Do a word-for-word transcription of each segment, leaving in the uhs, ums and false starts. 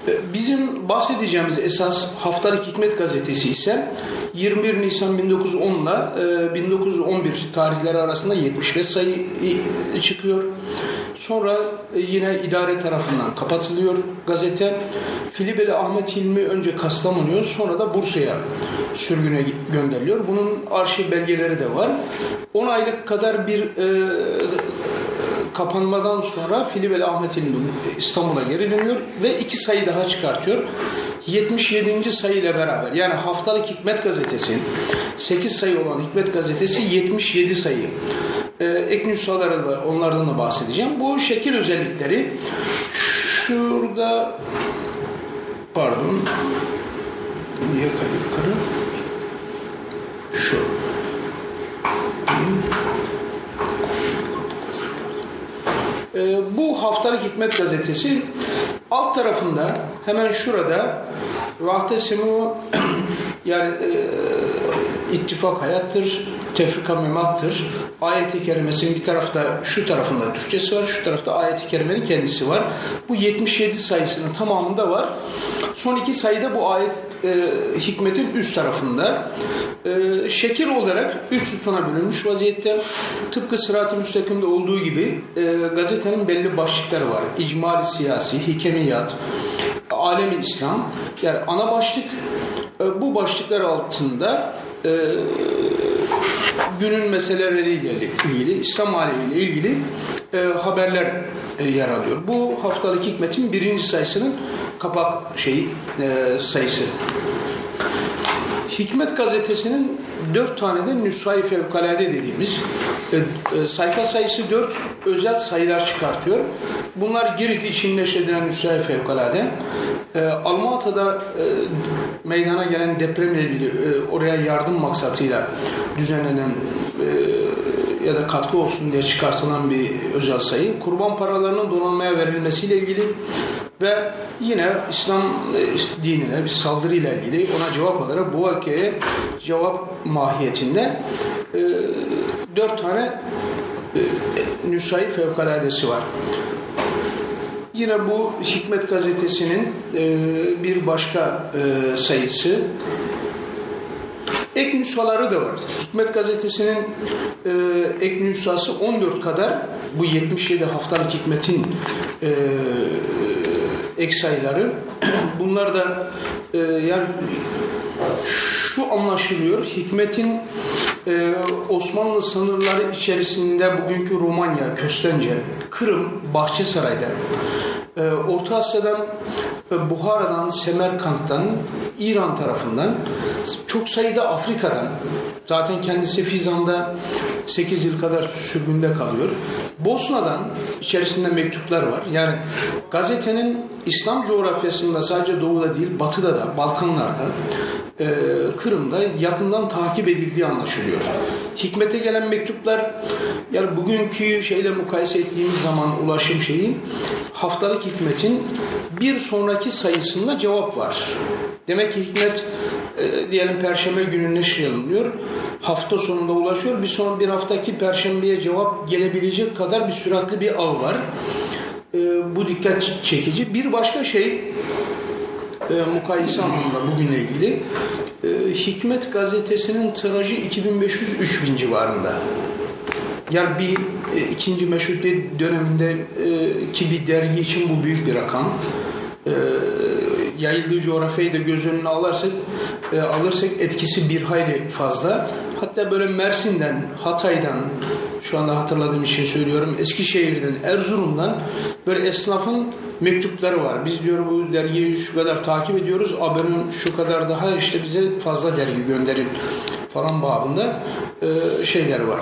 Bizim bahsedeceğimiz esas Haftalık Hikmet Gazetesi ise yirmi bir Nisan bin dokuz yüz on ile bin dokuz yüz on bir tarihleri arasında yetmiş beş sayı çıkıyor. Sonra yine idare tarafından kapatılıyor gazete. Filibeli Ahmet Hilmi önce Kastamonu'ya, sonra da Bursa'ya sürgüne gönderiliyor. Bunun arşiv belgeleri de var. on aylık kadar bir e, kapanmadan sonra Filibeli Ahmet Hilmi İstanbul'a geri dönüyor ve iki sayı daha çıkartıyor. yetmiş yedinci sayı ile beraber, yani Haftalık Hikmet Gazetesi, sekiz sayı olan Hikmet Gazetesi yetmiş yedi sayı. Ee, ek nüshaları var, onlardan da bahsedeceğim. Bu şekil özellikleri şurada, pardon, yukarı yukarı şu ee, bu Haftalık Hikmet Gazetesi alt tarafında hemen şurada Vahdesimu yani e, ittifak hayattır, tefrika memattır. Ayet-i kerimesinin bir tarafta, şu tarafında Türkçesi var, şu tarafta ayet-i kerimenin kendisi var. Bu yetmiş yedi sayısının tamamında var. Son iki sayıda bu ayet e, hikmetin üst tarafında. E, şekil olarak üç sütuna bölünmüş vaziyette. Tıpkı Sırat-ı Müstakim'de olduğu gibi e, gazetenin belli başlıkları var. İcmal-i siyasi, hikemiyat, alemi İslam. Yani ana başlık, e, bu başlıklar altında e, günün meseleleriyle ilgili, İslam alemiyle ilgili e, haberler e, yer alıyor. Bu Haftalık Hikmet'in birinci sayısının kapak şeyi e, sayısı. Hikmet Gazetesi'nin dört tane de nüshayı fevkalade dediğimiz e, e, sayfa sayısı dört özel sayılar çıkartıyor. Bunlar Girit için neşredilen nüshayı fevkalade. E, Almata'da e, meydana gelen depremle ilgili e, oraya yardım maksatıyla düzenlenen e, ya da katkı olsun diye çıkartılan bir özel sayı. Kurban paralarının donanmaya verilmesiyle ilgili ve yine İslam e, dinine bir saldırıyla ilgili ona cevap olarak bu vakaya cevap mahiyetinde e, dört tane e, nüshayı fevkaladesi var. Yine bu Hikmet Gazetesi'nin e, bir başka e, sayısı. Ek nüshaları da var. Hikmet Gazetesi'nin e, ek nüshası on dört kadar, bu yetmiş yedi Haftalık Hikmet'in e, ek sayıları. Bunlar da e, yani şu anlaşılıyor, Hikmet'in e, Osmanlı sınırları içerisinde bugünkü Romanya, Köstence, Kırım, Bahçesaray'dan, e, Orta Asya'dan, e, Buhara'dan, Semerkant'tan, İran tarafından, çok sayıda Afrika'dan, zaten kendisi Fizan'da sekiz yıl kadar sürgünde kalıyor. Bosna'dan içerisinde mektuplar var. Yani gazetenin İslam coğrafyasında sadece doğuda değil, batıda da, Balkanlarda, e, Kırım'da yakından takip edildiği anlaşılıyor. Hikmet'e gelen mektuplar, yani bugünkü şeyle mukayese ettiğimiz zaman ulaşım şeyi, Haftalık Hikmet'in bir sonraki sayısında cevap var. Demek ki Hikmet e, diyelim Perşembe günü neşrediyor. Hafta sonunda ulaşıyor. Bir son bir haftaki Perşembeye cevap gelebilecek kadar bir süratli bir ağ var. E, bu dikkat çekici. Bir başka şey e, mukayese anlamında bugünle ilgili e, Hikmet Gazetesi'nin tirajı iki bin beş yüz üç bin civarında. Yani bir e, ikinci Meşrutiyet döneminde e, ki bir dergi için bu büyük bir rakam. E, yayıldığı coğrafyayı da göz önüne alırsak, e, alırsak etkisi bir hayli fazla. Hatta böyle Mersin'den, Hatay'dan, şu anda hatırladığım için söylüyorum, Eskişehir'den, Erzurum'dan böyle esnafın mektupları var. Biz diyor bu dergiyi şu kadar takip ediyoruz, haberin şu kadar daha işte bize fazla dergi gönderin falan babında e, şeyler var.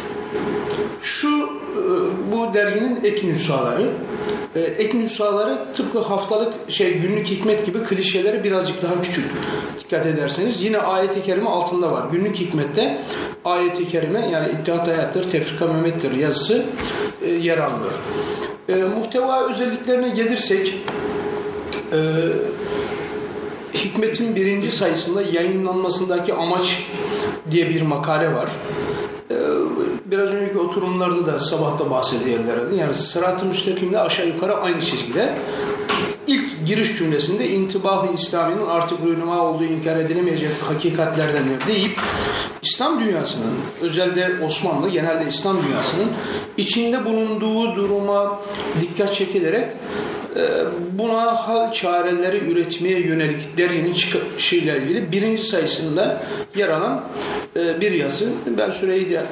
Şu bu derginin ek nüshaları. Ek nüshaları tıpkı haftalık şey günlük hikmet gibi klişeleri birazcık daha küçük. Dikkat ederseniz yine ayet-i kerime altında var. Günlük hikmette ayet-i kerime yani İttihat Hayattır, Tefrika Mehmet'tir yazısı e, yer alıyor. E, muhteva özelliklerine gelirsek e, Hikmet'in birinci sayısında yayınlanmasındaki amaç diye bir makale var. Biraz önceki oturumlarda da sabahta bahsediyorlardı. Yani Sırat-ı Müstakim'le aşağı yukarı aynı çizgide. İlk giriş cümlesinde intibah-ı İslami'nin artık rünema olduğu inkar edilemeyecek hakikatlerdendir deyip İslam dünyasının, özellikle Osmanlı, genelde İslam dünyasının içinde bulunduğu duruma dikkat çekilerek buna hal çareleri üretmeye yönelik derginin çıkışıyla ilgili birinci sayısında yer alan bir yazı. Ben süreyi de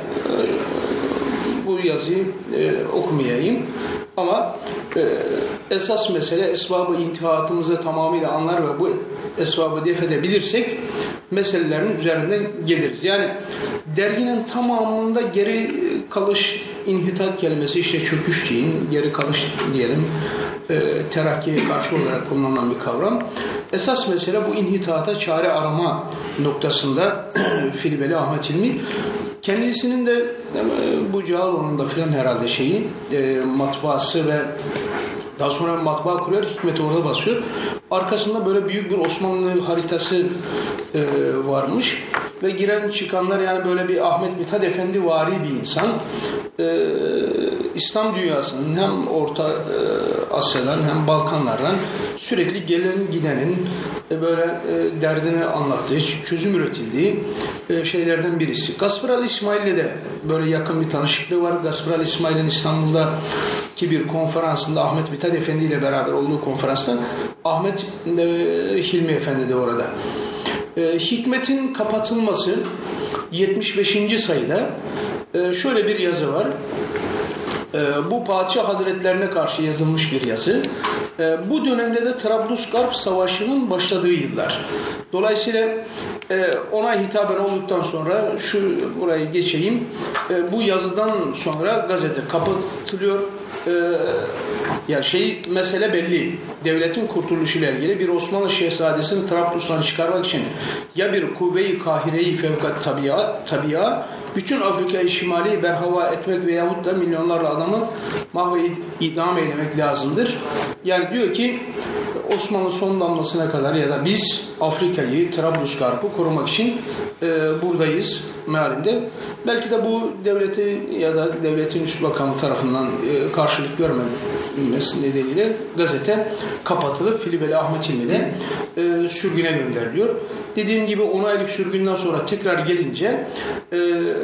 bu yazıyı okumayayım. Ama esas mesele esbabı intihatımızı tamamıyla anlar ve bu esbabı def edebilirsek meselelerin üzerinden geliriz. Yani derginin tamamında geri kalış, inhitat kelimesi işte çöküş deyin, geri kalış diyelim, e, terakkiye karşı olarak kullanılan bir kavram. Esas mesele bu inhitata çare arama noktasında Filibeli Ahmet İlmi kendisinin de e, bu Cağaloğlu'nun da filan herhalde şeyi e, matbaası ve daha sonra matbaa kuruyor, Hikmet'i orada basıyor. Arkasında böyle büyük bir Osmanlı haritası e, varmış ve giren çıkanlar yani böyle bir Ahmet Mithat Efendi vari bir insan. E, İslam dünyasının hem Orta e, Asya'dan hem Balkanlardan sürekli gelen gidenin e, böyle e, derdini anlattığı, çözüm üretildiği e, şeylerden birisi. Gaspar İsmail'le de böyle yakın bir tanışıklığı var. Gaspar İsmail'in İstanbul'daki bir konferansında Ahmet Mithat Efendi ile beraber olduğu konferansta Ahmet e, Hilmi Efendi de orada. E, Hikmet'in kapatılması yetmiş beşinci sayıda e, şöyle bir yazı var. E, bu Padişah Hazretlerine karşı yazılmış bir yazı. E, bu dönemde de Trablusgarp Savaşı'nın başladığı yıllar. Dolayısıyla e, ona hitaben olduktan sonra şu burayı geçeyim. E, bu yazıdan sonra gazete kapatılıyor. Ee, yani şey mesele belli. Devletin kurtuluşuyla ilgili bir Osmanlı şehzadesini Trablus'tan çıkarmak için ya bir kuvve-i Kahire'yi fevkat tabiat, tabiat bütün Afrika'yı şimali berhava etmek veyahut da milyonlarla adamı mahve idam eylemek lazımdır. Yani diyor ki Osmanlı son damlasına kadar ya da biz Afrika'yı, Trablusgarp'ı korumak için e, buradayız mealinde. Belki de bu devleti ya da devletin üst bakanlığı tarafından e, karşılık görmemesi nedeniyle gazete kapatılıp Filibeli Ahmet İlmi de e, sürgüne gönderiliyor. Dediğim gibi on aylık sürgünden sonra tekrar gelince e,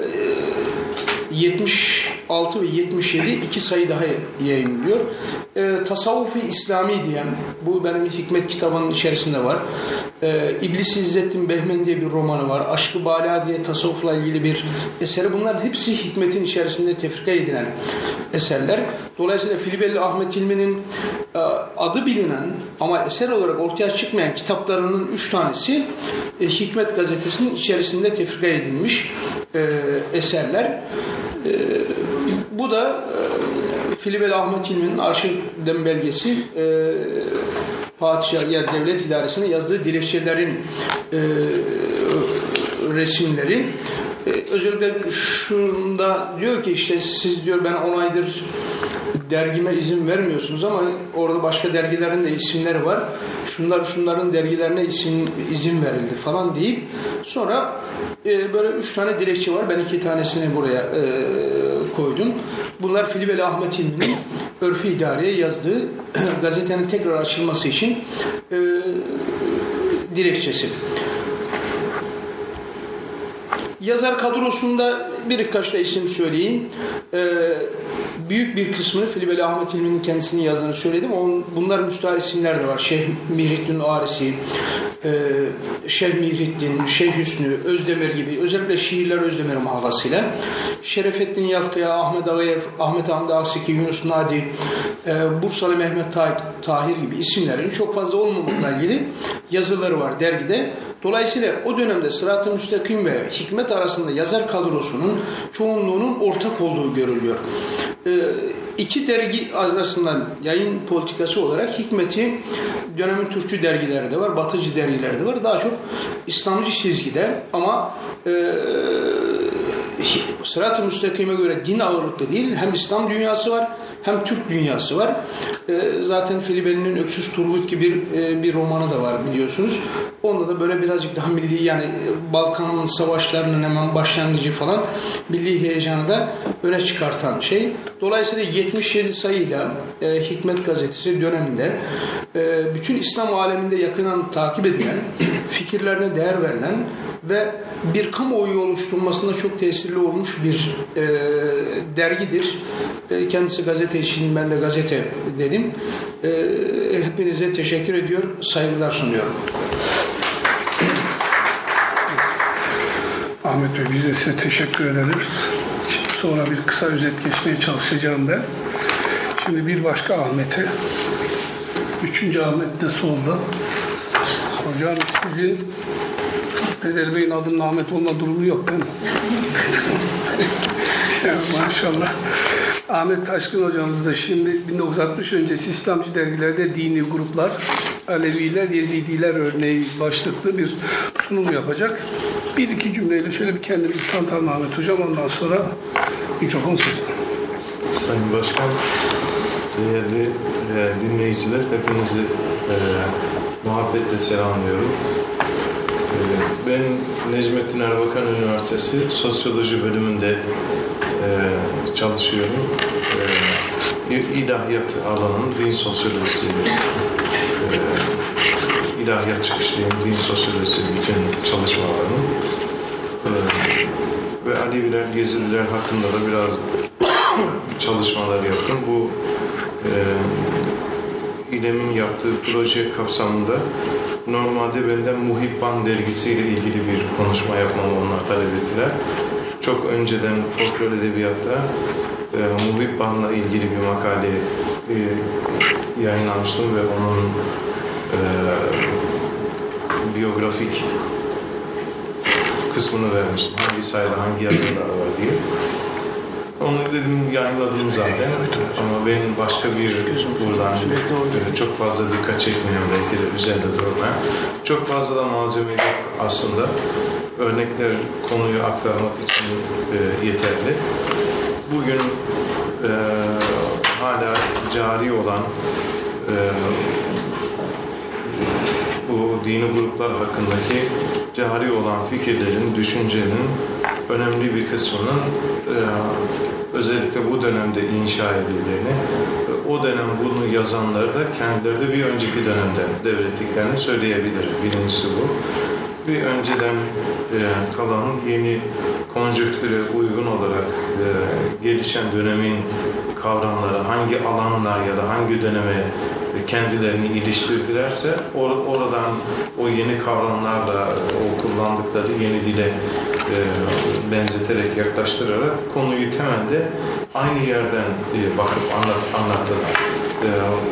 yetmiş altı ve yetmiş yedi iki sayı daha yayınlıyor. E, Tasavvuf-i İslami diyen, bu benim Hikmet kitabının içerisinde var. E, İblis-i İzzettin Behmen diye bir romanı var. Aşk-ı Bala diye tasavvufla ilgili bir eseri. Bunların hepsi Hikmet'in içerisinde tefrika edilen eserler. Dolayısıyla Filibeli Ahmet İlmi'nin e, adı bilinen ama eser olarak ortaya çıkmayan kitaplarının üç tanesi e, Hikmet gazetesinin içerisinde tefrika edilmiş e, eserler. E, bu da e, Filibeli Ahmet İlmi'nin arşivden belgesi e, Padişah ya devlet idaresine yazdığı dilekçelerin e, resimleri. E, özellikle şunda diyor ki işte siz diyor ben on aydır dergime izin vermiyorsunuz ama orada başka dergilerin de isimleri var. Şunlar şunların dergilerine isim izin verildi falan deyip sonra e, böyle üç tane dilekçe var. Ben iki tanesini buraya e, koydum. Bunlar Filibeli Ahmet İlmi'nin Örf-i İdare'ye yazdığı gazetenin tekrar açılması için e, dilekçesi. Yazar kadrosunda birkaç da isim söyleyeyim. Ee, büyük bir kısmını Filibeli Ahmet İlmi'nin kendisinin yazdığını söyledim. Onun, bunlar müstahar isimler de var. Şeyh Mihriddin Arisi, e, Şeyh Mihriddin, Şeyh Hüsnü, Özdemir gibi. Özellikle şiirler Özdemir mahlasıyla. Şerefettin Yalkaya, Ahmet Ağayev, Ahmet Hamdi Aksiki, Yunus Nadi, e, Bursalı Mehmet Tahir gibi isimlerin çok fazla olmamakla ilgili yazıları var dergide. Dolayısıyla o dönemde Sırat-ı Müstakim ve Hikmet arasında yazar kadrosunun çoğunluğunun ortak olduğu görülüyor. Ee, iki dergi arasından yayın politikası olarak Hikmet'i dönemin Türkçü dergileri de var, Batıcı dergileri de var. Daha çok İslamcı çizgide ama e, Sırat-ı müstakime göre din ağırlıklı değil, hem İslam dünyası var hem Türk dünyası var. E, zaten Filibeli'nin Öksüz Turgut gibi bir, e, bir romanı da var biliyorsunuz. Onda da böyle birazcık daha milli, yani Balkan savaşlarının hemen başlangıcı falan, milli heyecanı da öne çıkartan şey. Dolayısıyla yetmiş yedi sayıyla e, Hikmet Gazetesi döneminde e, bütün İslam aleminde yakından takip edilen, fikirlerine değer verilen ve bir kamuoyu oluşturmasında çok tesirli olmuş bir e, dergidir. E, kendisi gazete için, ben de gazete dedim. E, hepinize teşekkür ediyor, saygılar sunuyorum. Ahmet Bey, biz de size teşekkür ederiz. Sonra bir kısa özet geçmeye çalışacağım ben. Şimdi bir başka Ahmet'e, üçüncü Ahmet de solda. Hocam sizin Bedel Bey'in adının Ahmet olma durumu yok değil mi? Ya, maşallah. Ahmet Taşkın hocamız da şimdi bin dokuz yüz altmış öncesi İslamcı dergilerde dini gruplar, Aleviler, Yezidiler örneği başlıklı bir sunum yapacak. Bir iki cümleyle şöyle bir kendimizi tanıtalım Ahmet hocam, ondan sonra mikrofon sizin. Sayın Başkan, değerli e, dinleyiciler, hepinizi e, muhabbetle selamlıyorum. E, ben Necmettin Erbakan Üniversitesi Sosyoloji bölümünde e, çalışıyorum. E, ilahiyat alanının din sosyolojisi, e, ilahiyat çıkışlıyım, din sosyolojisi bütün çalışmalarım. E, ve Aleviler, Gezililer hakkında da biraz çalışmalar yaptım. Bu e, İLEM'in yaptığı proje kapsamında normalde benden Muhibban dergisiyle ilgili bir konuşma yapmamı onlar talep ettiler. Çok önceden folklor edebiyatta e, Muhibban'la ilgili bir makale e, yayınlamıştım ve onun e, biyografik kısmını vermiştim. Hangi sayıda, hangi yazılar var diye. Onu dedim yayınladım zaten ama ben başka bir buradan çok fazla dikkat çekmiyorum, belki de üzerinde durmaya. Çok fazla da malzeme yok aslında. Örnekler konuyu aktarmak için e, yeterli. Bugün e, hala cari olan e, bu dini gruplar hakkındaki cari olan fikirlerin, düşüncenin önemli bir kısmının e, özellikle bu dönemde inşa edildiğini, o dönem bunu yazanları da kendileri de bir önceki dönemden devrettiklerini söyleyebilirim. Birincisi bu. Bir önceden e, kalan yeni konjonktüre uygun olarak e, gelişen dönemin kavramları hangi alanlar ya da hangi döneme kendilerini iliştirdilerse or- oradan o yeni kavramlarla o kullandıkları yeni dile e, benzeterek, yaklaştırarak konuyu temelde aynı yerden e, bakıp anlat, anlattılar. E,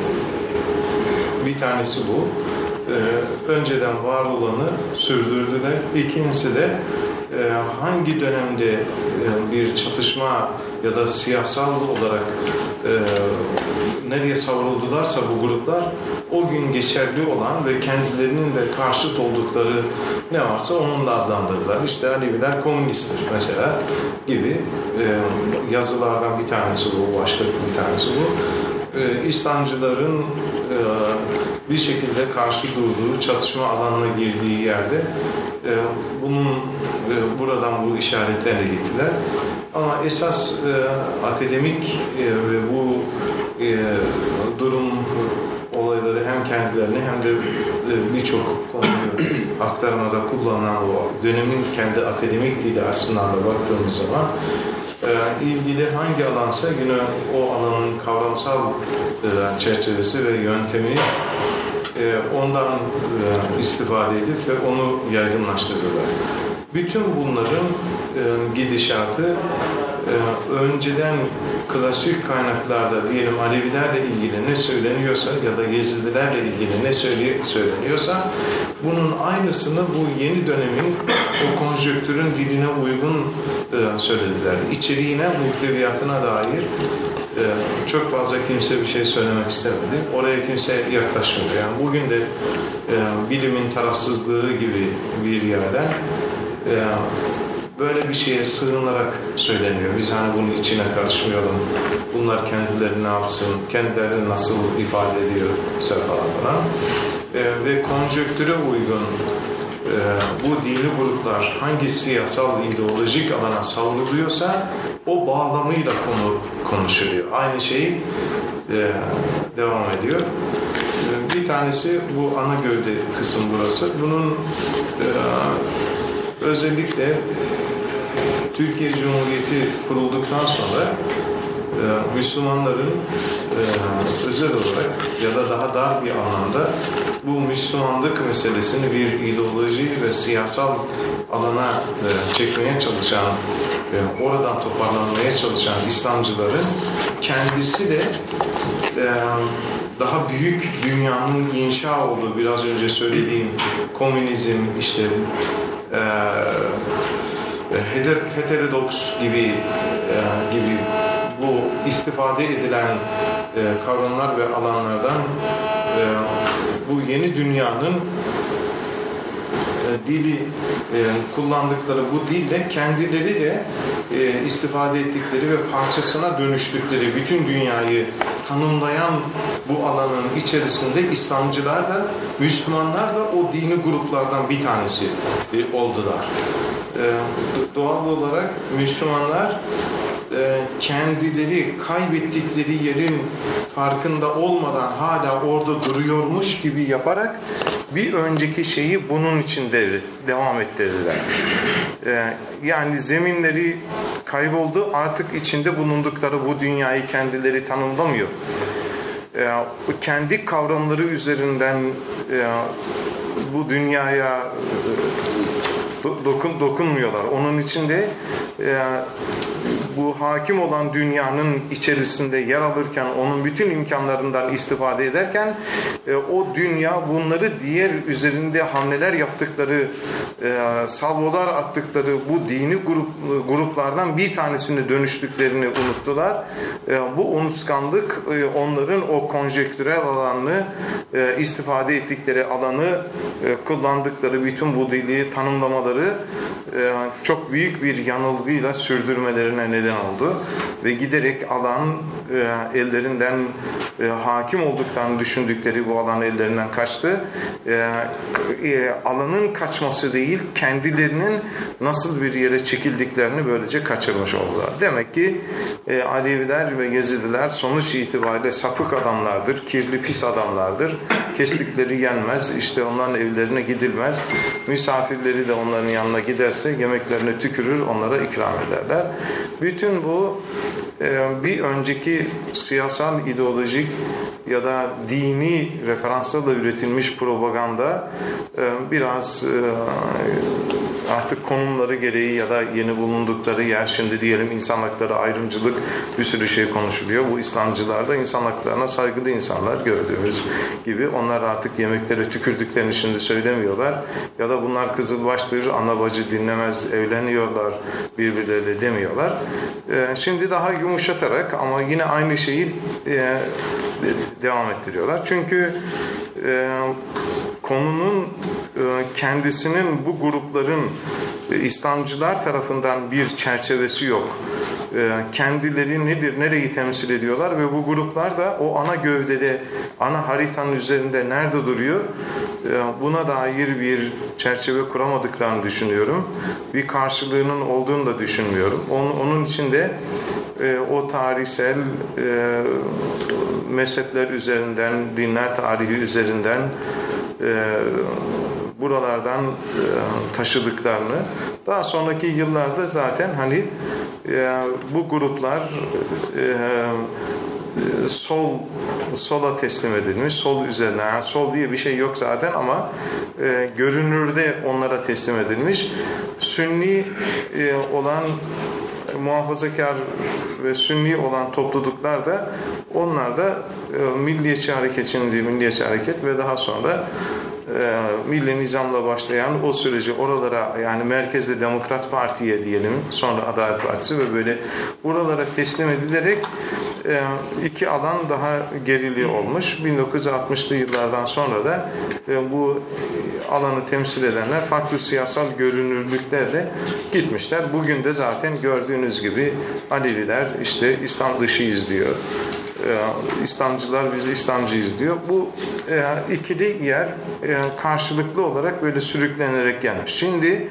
bir tanesi bu. E, önceden var olanı sürdürdüler. İkincisi de e, hangi dönemde e, bir çatışma ya da siyasal olarak e, nereye savruldularsa bu gruplar, o gün geçerli olan ve kendilerinin de karşıt oldukları ne varsa onunla adlandırdılar. İşte Aleviler komünisttir mesela gibi e, yazılardan bir tanesi bu, başlık bir tanesi bu. E, İslamcıların e, bir şekilde karşı durduğu, çatışma alanına girdiği yerde e, bunun e, buradan bu işaretlerle gittiler. Ama esas e, akademik e, ve bu e, durum olayları hem kendilerini hem de e, birçok konuyu aktarmada kullanılan o dönemin kendi akademik dili açısından da baktığımız zaman e, ilgili hangi alansa yine o alanın kavramsal e, çerçevesi ve yöntemi e, ondan e, istifade edip ve onu yaygınlaştırıyorlar. Bütün bunların e, gidişatı e, önceden klasik kaynaklarda diyelim Alevilerle ilgili ne söyleniyorsa ya da Yezidilerle ilgili ne söyle, söyleniyorsa bunun aynısını bu yeni dönemin o konjonktürün diline uygun e, söylediler. İçeriğine, muhteviyatına dair e, çok fazla kimse bir şey söylemek istemedi. Oraya kimse yaklaşmıyor. Yani bugün de e, bilimin tarafsızlığı gibi bir yerden böyle bir şeye sığınarak söyleniyor. Biz hani bunun içine karışmayalım. Bunlar kendileri ne yapsın, kendilerini nasıl ifade ediyorsa falan falan. E, ve konjonktüre uygun e, bu dini gruplar hangi siyasal, ideolojik alana savruluyorsa o bağlamıyla konu konuşuluyor. Aynı şey e, devam ediyor. E, bir tanesi bu ana gövde kısım burası. Bunun e, özellikle Türkiye Cumhuriyeti kurulduktan sonra e, Müslümanların e, özel olarak ya da daha dar bir anlamda bu Müslümanlık meselesini bir ideoloji ve siyasal alana e, çekmeye çalışan, e, oradan toparlanmaya çalışan İslamcıların kendisi de e, daha büyük dünyanın inşa olduğu, biraz önce söylediğim komünizm, işte e, heterodoks gibi e, gibi bu istifade edilen e, kavramlar ve alanlardan e, bu yeni dünyanın e, dili e, kullandıkları bu dille kendileri de e, istifade ettikleri ve parçasına dönüştükleri bütün dünyayı tanımlayan bu alanın içerisinde İslamcılar da Müslümanlar da o dini gruplardan bir tanesi e, oldular. E, doğal olarak Müslümanlar e, kendileri kaybettikleri yerin farkında olmadan hala orada duruyormuş gibi yaparak bir önceki şeyi bunun içinde devam ettirdiler. E, yani zeminleri kayboldu, artık içinde bulundukları bu dünyayı kendileri tanımlamıyor. E, kendi kavramları üzerinden e, bu dünyaya e, dokun, dokunmuyorlar. Onun içinde e, bu hakim olan dünyanın içerisinde yer alırken, onun bütün imkanlarından istifade ederken e, o dünya bunları diğer üzerinde hamleler yaptıkları, e, salvolar attıkları bu dini grup, gruplardan bir tanesine dönüştüklerini unuttular. E, bu unutkanlık e, onların o konjektürel alanını, e, istifade ettikleri alanı, e, kullandıkları bütün bu dili tanımlamaları e, çok büyük bir yanılgıyla sürdürmelerine neden oldu ve giderek alan e, ellerinden e, hakim olduklarını düşündükleri bu alan ellerinden kaçtı. E, e, alanın kaçması değil, kendilerinin nasıl bir yere çekildiklerini böylece kaçırmış oldular. Demek ki e, Aleviler ve Yezidiler sonuç itibariyle sapık adamlardır, kirli pis adamlardır. Kestikleri yenmez, işte onların evlerine gidilmez. Misafirleri de onların yanına giderse yemeklerine tükürür, onlara ikram ederler. Bütün bu e, bir önceki siyasal, ideolojik ya da dini referanslarla üretilmiş propaganda e, biraz e, artık konumları gereği ya da yeni bulundukları yer, şimdi diyelim insan hakları, ayrımcılık, bir sürü şey konuşuluyor. Bu İslamcılarda insan haklarına saygılı insanlar gördüğümüz gibi, onlar artık yemeklere tükürdüklerini şimdi söylemiyorlar ya da bunlar kızılbaştır, ana bacı dinlemez, evleniyorlar birbirleriyle demiyorlar. Ee, şimdi daha yumuşatarak ama yine aynı şeyi e, devam ettiriyorlar. Çünkü e, konunun e, kendisinin bu grupların e, İslamcılar tarafından bir çerçevesi yok. E, kendileri nedir, nereyi temsil ediyorlar ve bu gruplar da o ana gövdede, ana haritanın üzerinde nerede duruyor? E, buna dair bir çerçeve kuramadıklarını düşünüyorum. Bir karşılığının olduğunu da düşünmüyorum. Onun, onun için de e, o tarihsel e, mezhepler üzerinden, dinler tarihi üzerinden e, buralardan e, taşıdıklarını, daha sonraki yıllarda zaten hani e, bu gruplar e, sol sola teslim edilmiş, sol üzerine, yani sol diye bir şey yok zaten ama e, görünürde onlara teslim edilmiş. Sünni e, olan muhafazakar ve sünni olan topluluklar da, onlar da e, milliyetçi hareket, şimdi milliyetçi hareket ve daha sonra e, milli nizamla başlayan o süreci oralara, yani merkezde Demokrat Parti'ye diyelim, sonra Adalet Partisi ve böyle buralara teslim edilerek iki alan daha geriliği olmuş. bin dokuz yüz altmışlı yıllardan sonra da bu alanı temsil edenler farklı siyasal görünürlüklerle gitmişler. Bugün de zaten gördüğünüz gibi Aleviler işte İslam dışıyız diyor. İslamcılar biz İslamcıyız diyor. Bu ikili yer karşılıklı olarak böyle sürüklenerek gelmiş. Şimdi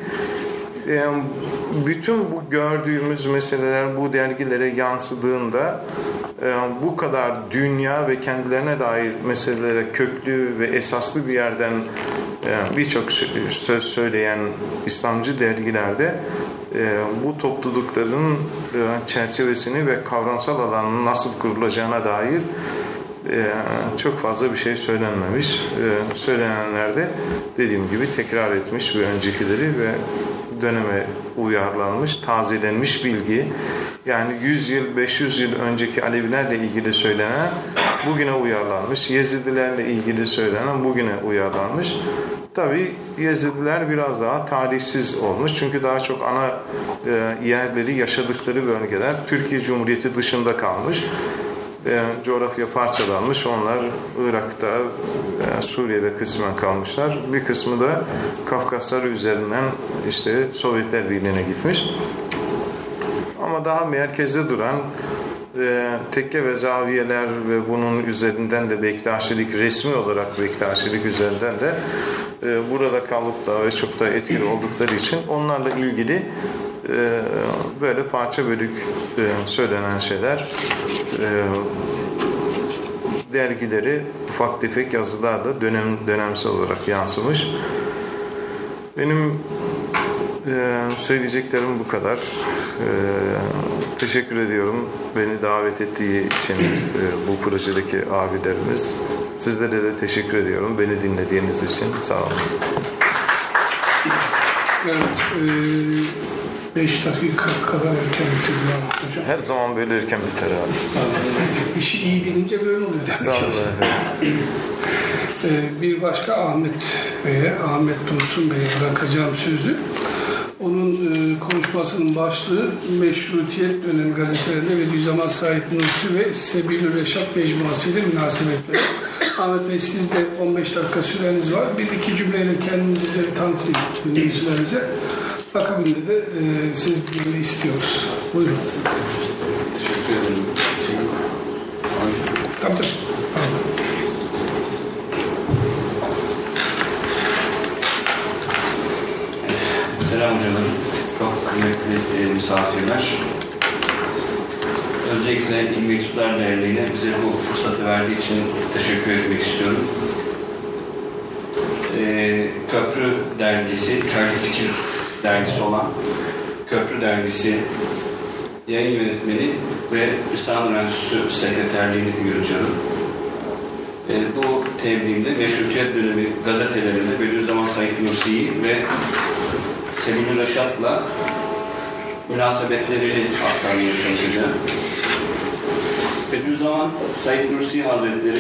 bütün bu gördüğümüz meseleler bu dergilere yansıdığında bu kadar dünya ve kendilerine dair meselelere köklü ve esaslı bir yerden birçok söz söyleyen İslamcı dergilerde bu toplulukların çerçevesini ve kavramsal alanın nasıl kurulacağına dair çok fazla bir şey söylenmemiş. Söylenenler de dediğim gibi tekrar etmiş bir öncekileri ve döneme uyarlanmış, tazelenmiş bilgi. Yani yüz yıl, beş yüz yıl önceki Alevilerle ilgili söylenen bugüne uyarlanmış. Yezidilerle ilgili söylenen bugüne uyarlanmış. Tabii Yezidiler biraz daha tarihsiz olmuş. Çünkü daha çok ana e, yerleri, yaşadıkları bölgeler Türkiye Cumhuriyeti dışında kalmış. E, coğrafya parçalanmış. Onlar Irak'ta, e, Suriye'de kısmen kalmışlar. Bir kısmı da Kafkaslar üzerinden işte Sovyetler Birliği'ne gitmiş. Ama daha merkezde duran e, tekke ve zaviyeler ve bunun üzerinden de Bektaşilik, resmi olarak Bektaşilik üzerinden de e, burada kalıp da ve çok da etkili oldukları için onlarla ilgili e, böyle parça bölük e, söylenen şeyler e, dergileri ufak tefek yazılarla dönem, dönemsel olarak yansımış. Benim Ee, söyleyeceklerim bu kadar. Ee, teşekkür ediyorum beni davet ettiği için e, bu projedeki abilerimiz. Sizlere de teşekkür ediyorum beni dinlediğiniz için. Sağ olun. Evet. Beş dakika kadar erken bitirdiler hocam. Her zaman böyle erken biter abi. İşi iyi bilince böyle oluyor. Ee, bir başka Ahmet Bey'e, Ahmet Dursun Bey'e bırakacağım sözü. Onun e, konuşmasının başlığı meşrutiyet dönemi gazetelerinde Bediüzzaman Said Nursi ve Sebil-i Reşat Mecmuası ile münasebetleri. Ahmet Bey siz de on beş dakika süreniz var. Bir iki cümleyle kendinizi de tanıtın dinleyicilerimize. Akabinde de e, siz dinlemeyi istiyoruz. Buyurun. Teşekkür ederim. Tabii tabii. Muhterem hocalarım, çok kıymetli misafirler. Öncelikle İl Mektuplar Derneği'ne bize bu fırsatı verdiği için teşekkür etmek istiyorum. Ee, Köprü Dergisi, Şerli Fikir Dergisi olan Köprü Dergisi yayın yönetmeni ve İstanbul Enstitüsü Sekreterliğini yürütüyorum. Ee, bu tebliğimde Meşrutiyet dönemi gazetelerinde Bediüzzaman Said Nursi'yi ve Sebil-i Reşat'la münasebetlerini aktarmaya çalışacağım. Bediüzzaman Said Nursi Hazretleri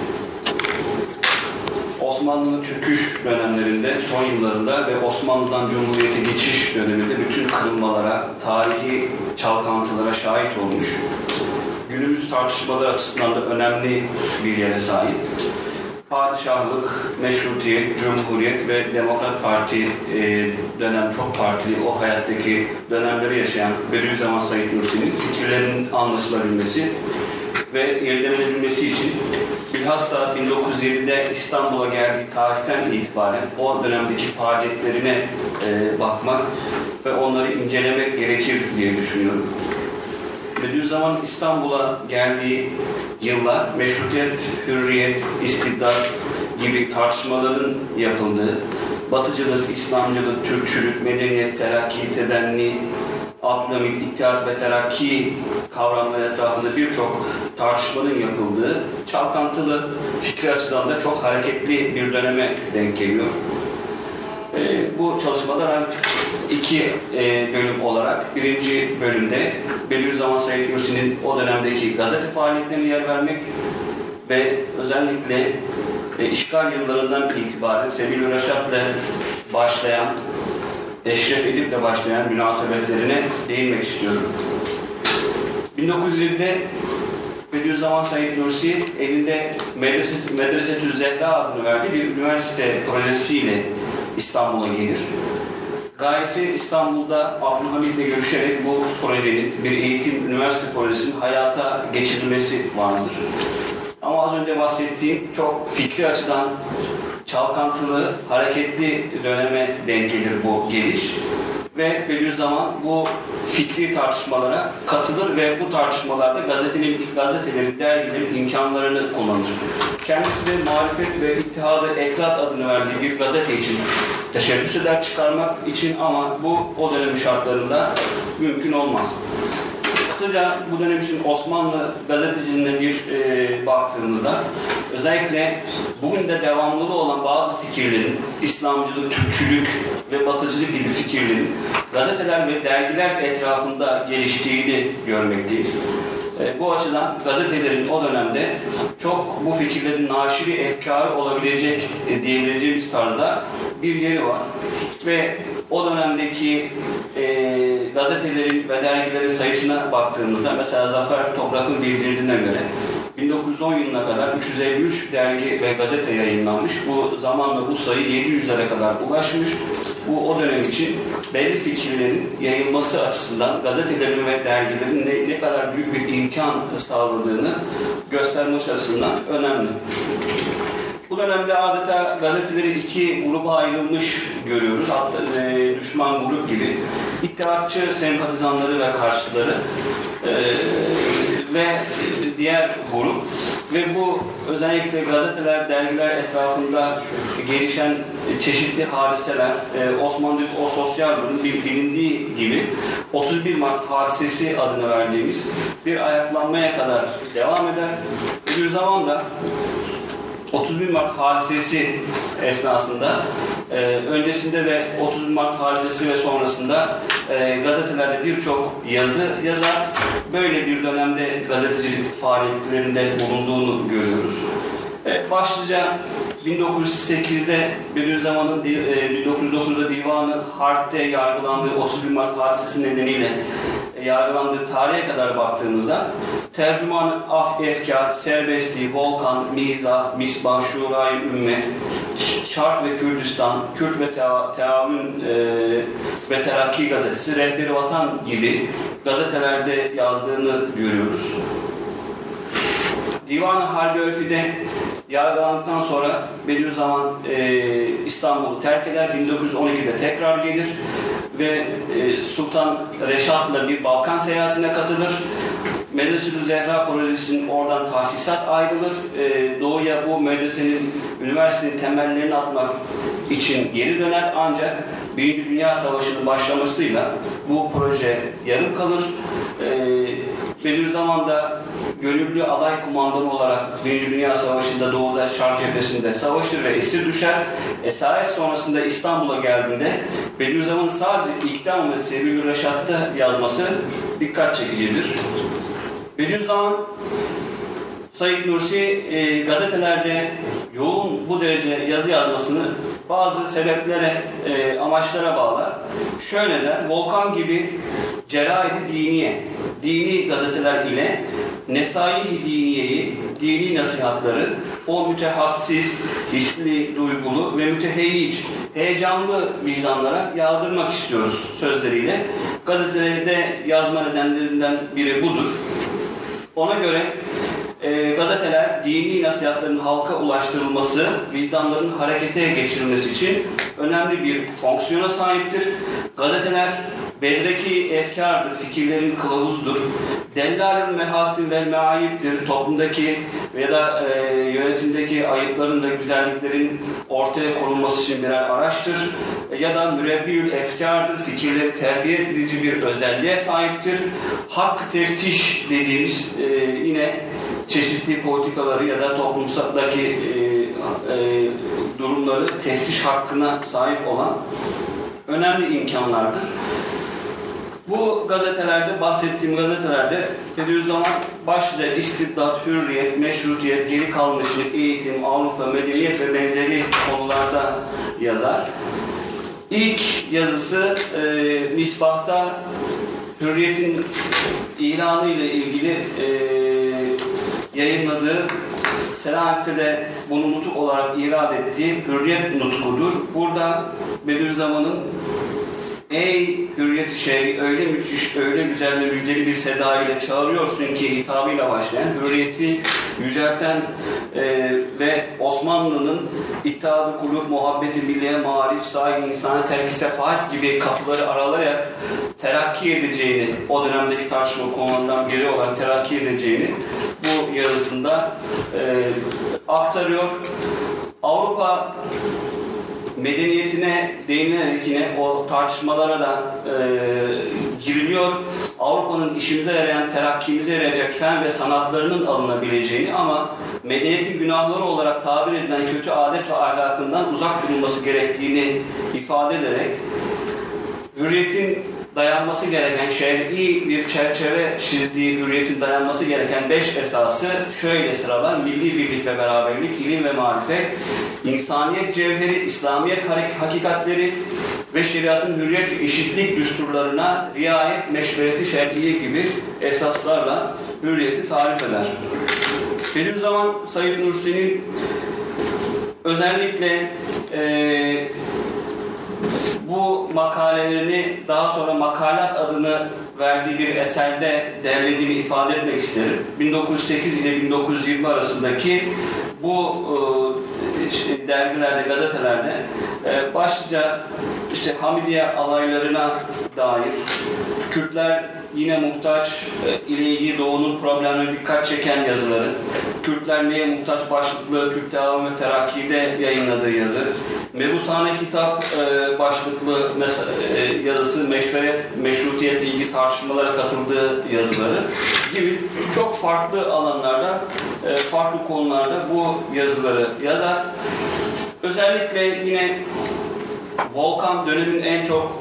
Osmanlı'nın çöküş dönemlerinde, son yıllarında ve Osmanlı'dan Cumhuriyet'e geçiş döneminde bütün kırılmalara, tarihi çalkantılara şahit olmuş. Günümüz tartışmaları açısından da önemli bir yere sahip. Padişahlık, meşrutiyet, cumhuriyet ve Demokrat Parti e, dönem çok partili o hayattaki dönemleri yaşayan Bediüzzaman Said Nursi'nin fikirlerinin anlaşılabilmesi ve irdelenebilmesi için bilhassa bin dokuz yüz yedide İstanbul'a geldiği tarihten itibaren o dönemdeki faaliyetlerine e, bakmak ve onları incelemek gerekir diye düşünüyorum. Bediüzzaman İstanbul'a geldiği yıllar meşrutiyet, hürriyet, istibdat gibi tartışmaların yapıldığı, Batıcılık, İslamcılık, Türkçülük, medeniyet, terakki, tedenni, Abdülhamit, İttihat ve Terakki kavramları etrafında birçok tartışmanın yapıldığı, çalkantılı, fikri açıdan da çok hareketli bir döneme denk geliyor. E, bu çalışmada ben iki e, bölüm olarak birinci bölümde Bediüzzaman Said Nursi'nin o dönemdeki gazete faaliyetlerine yer vermek ve özellikle e, işgal yıllarından itibaren Sebil-i Reşat'la başlayan, Eşref Edip'le başlayan münasebetlerine değinmek istiyorum. bin dokuz yüz yedide Bediüzzaman Said Nursi elinde Medreset- Medresetü Zehra adını verdiği bir üniversite projesiyle İstanbul'a gelir. Gayesi İstanbul'da Abdülhamid'le görüşerek bu projenin, bir eğitim üniversite projesinin hayata geçirilmesi vardır. Ama az önce bahsettiğim çok fikri açıdan çalkantılı, hareketli döneme denk gelir bu geliş. Ve Bediüzzaman bu fikri tartışmalara katılır ve bu tartışmalarda gazetenin, gazetelerin, dergilerin imkanlarını kullanır. Kendisi de Marifet ve İttihad-ı Ekrat adını verdiği bir gazete için teşebbüs eder, çıkarmak için, ama bu o dönem şartlarında mümkün olmaz. Kısaca bu dönem için Osmanlı gazeteciliğine bir e, baktığımızda özellikle bugün de devamlılığı olan bazı fikirlerin, İslamcılık, Türkçülük ve Batıcılık gibi fikirlerin gazeteler ve dergiler etrafında geliştiğini görmekteyiz. E, bu açıdan gazetelerin o dönemde çok bu fikirlerin naşiri efkarı olabilecek e, diyebileceğimiz tarzda bir yeri var. Ve o dönemdeki e, gazetelerin ve dergilerin sayısına baktığımızda mesela Zafer Toprak'ın bildirdiğine göre bin dokuz yüz on yılına kadar üç yüz elli üç dergi ve gazete yayınlanmış. Bu zamanla bu sayı yedi yüzlere kadar ulaşmış. Bu o dönem için belli fikirlerin yayılması açısından gazetelerin ve dergilerin ne, ne kadar büyük bir imkan sağladığını göstermesi açısından önemli. Bu dönemde adeta gazeteleri iki gruba ayrılmış görüyoruz. Hatta e, düşman grup gibi. İttihatçı sempatizanları ve karşıları e, ve diğer grup. Ve bu özellikle gazeteler, dergiler etrafında gelişen çeşitli hadiseler, e, Osmanlı'daki o sosyal durum bir bilindiği gibi otuz bir Mart hadisesi adını verdiğimiz bir ayaklanmaya kadar devam eder. Bir zamanda otuz bir Mart hadisesi esnasında e, öncesinde ve otuz bir Mart hadisesi ve sonrasında e, gazetelerde birçok yazı yazar. Böyle bir dönemde gazetecilik faaliyetlerinde bulunduğunu görüyoruz. E, başlıca bin dokuz yüz sekizde Bediüzzaman'ın e, bin dokuz yüz dokuzda Divan-ı Harp'te yargılandığı otuz bir Mart hadisesi nedeniyle e, yargılandığı tarihe kadar baktığımızda tercüman-ı af, efkar, serbestliği, volkan, miza, misbah, şurayı ümmet, Şark ve Kürdistan, Kürt ve Teavün e, ve Terakki gazetesi, Rehber-i Vatan gibi gazetelerde yazdığını görüyoruz. Divan-ı Harbi Örfi'de yargılandıktan sonra Bediüzzaman e, İstanbul'u terk eder. bin dokuz yüz on ikide tekrar gelir ve e, Sultan Reşat'la bir Balkan seyahatine katılır. Medresetü Zehra projesinin oradan tahsisat ayrılır. E, doğuya bu medresenin, üniversitenin temellerini atmak için geri döner. Ancak Birinci Dünya Savaşı'nın başlamasıyla bu proje yarım kalır. E, Bediüzzaman da gönüllü alay kumandanı olarak Birinci Dünya Savaşı'nda Doğu'da Şark cephesinde savaşır ve esir düşer. Esaret sonrasında İstanbul'a geldiğinde Bediüzzaman'ın sadece İkdam ve Sebil-i Reşat'ta yazması dikkat çekicidir. Bediüzzaman Said Nursi e, gazetelerde yoğun bu derece yazı yazmasını bazı sebeplere, e, amaçlara bağlar. Şöyle der, Volkan gibi Ceraid-i Diniye, dini gazeteler ile Nesai-i Diniye'yi, dini nasihatları, o mütehassis, hisli, duygulu ve müteheyyic, heyecanlı vicdanlara yağdırmak istiyoruz sözleriyle. Gazetelerde yazma nedenlerinden biri budur. Ona göre e, gazeteler dini nasihatlerin halka ulaştırılması, vicdanların harekete geçirilmesi için önemli bir fonksiyona sahiptir. Gazeteler bedreki efkardır, fikirlerin kılavuzudur. Dellalül mehasin vel meayiptir, toplumdaki ya da e, yönetimdeki ayıpların ve güzelliklerin ortaya konulması için birer araçtır. E, ya da mürebbiyül efkardır, fikirleri terbiye edici bir özelliğe sahiptir. Hak teftiş dediğimiz e, yine çeşitli politikaları ya da toplumsaldaki e, e, durumları teftiş hakkına sahip olan önemli imkanlardır. Bu gazetelerde, bahsettiğim gazetelerde Bediüzzaman başlıca istibdat, hürriyet, meşrutiyet, geri kalmışlık, eğitim, Avrupa, medeniyet ve benzeri konularda yazar. İlk yazısı e, Misbah'ta hürriyetin ilanı ile ilgili e, yayınladığı, Selanik'te de bunu nutuk olarak irad ettiği Hürriyet nutkudur. Burada Bediüzzaman'ın "Ey hürriyet-i şer'i, öyle müthiş, öyle güzel ve müjdeli bir seda ile çağırıyorsun ki" hitabıyla başlayan, hürriyeti yücelten e, ve Osmanlı'nın İttihat-ı Kulub, muhabbeti milliye, marif, sahi, insana, terk-i sefahat gibi kapıları aralayarak terakki edeceğini, o dönemdeki tartışma konularından biri olarak terakki edeceğini bu yazısında e, aktarıyor. Avrupa medeniyetine değinilerek yine o tartışmalara da e, giriliyor. Avrupa'nın işimize yarayan, terakkimize yarayacak fen ve sanatlarının alınabileceğini ama medeniyetin günahları olarak tabir edilen kötü adet ve ahlakından uzak durulması gerektiğini ifade ederek hürriyetin dayanması gereken, şer'i bir çerçeve çizdiği, hürriyetin dayanması gereken beş esası şöyle sıralar: milli birlik ve beraberlik, ilim ve marifet, insaniyet cevheri, İslamiyet hakikatleri ve şeriatın hürriyet ve eşitlik düsturlarına riayet, meşvereti şer'iye gibi esaslarla hürriyeti tarif eder. Bediüzzaman Said Nursi'nin özellikle e, bu makalelerini daha sonra Makalat adını verdiği bir eserde derlediğini ifade etmek isterim. bin dokuz yüz sekiz ile bin dokuz yüz yirmi arasındaki bu e, işte dergilerde, gazetelerde e, başlıca işte Hamidiye alaylarına dair, Kürtler yine muhtaç e, ile ilgili Doğu'nun problemine dikkat çeken yazıları, Kürtler neye muhtaç başlıklı Kürt Devam ve Terakki'de yayınladığı yazı, Mebusane Hitap e, başlıklı mesela, e, yazısı, meşveret, meşrutiyetle ilgili tartışmalara katıldığı yazıları gibi çok farklı alanlarda, e, farklı konularda bu yazıları yazar. Özellikle yine Volkan, dönemin en çok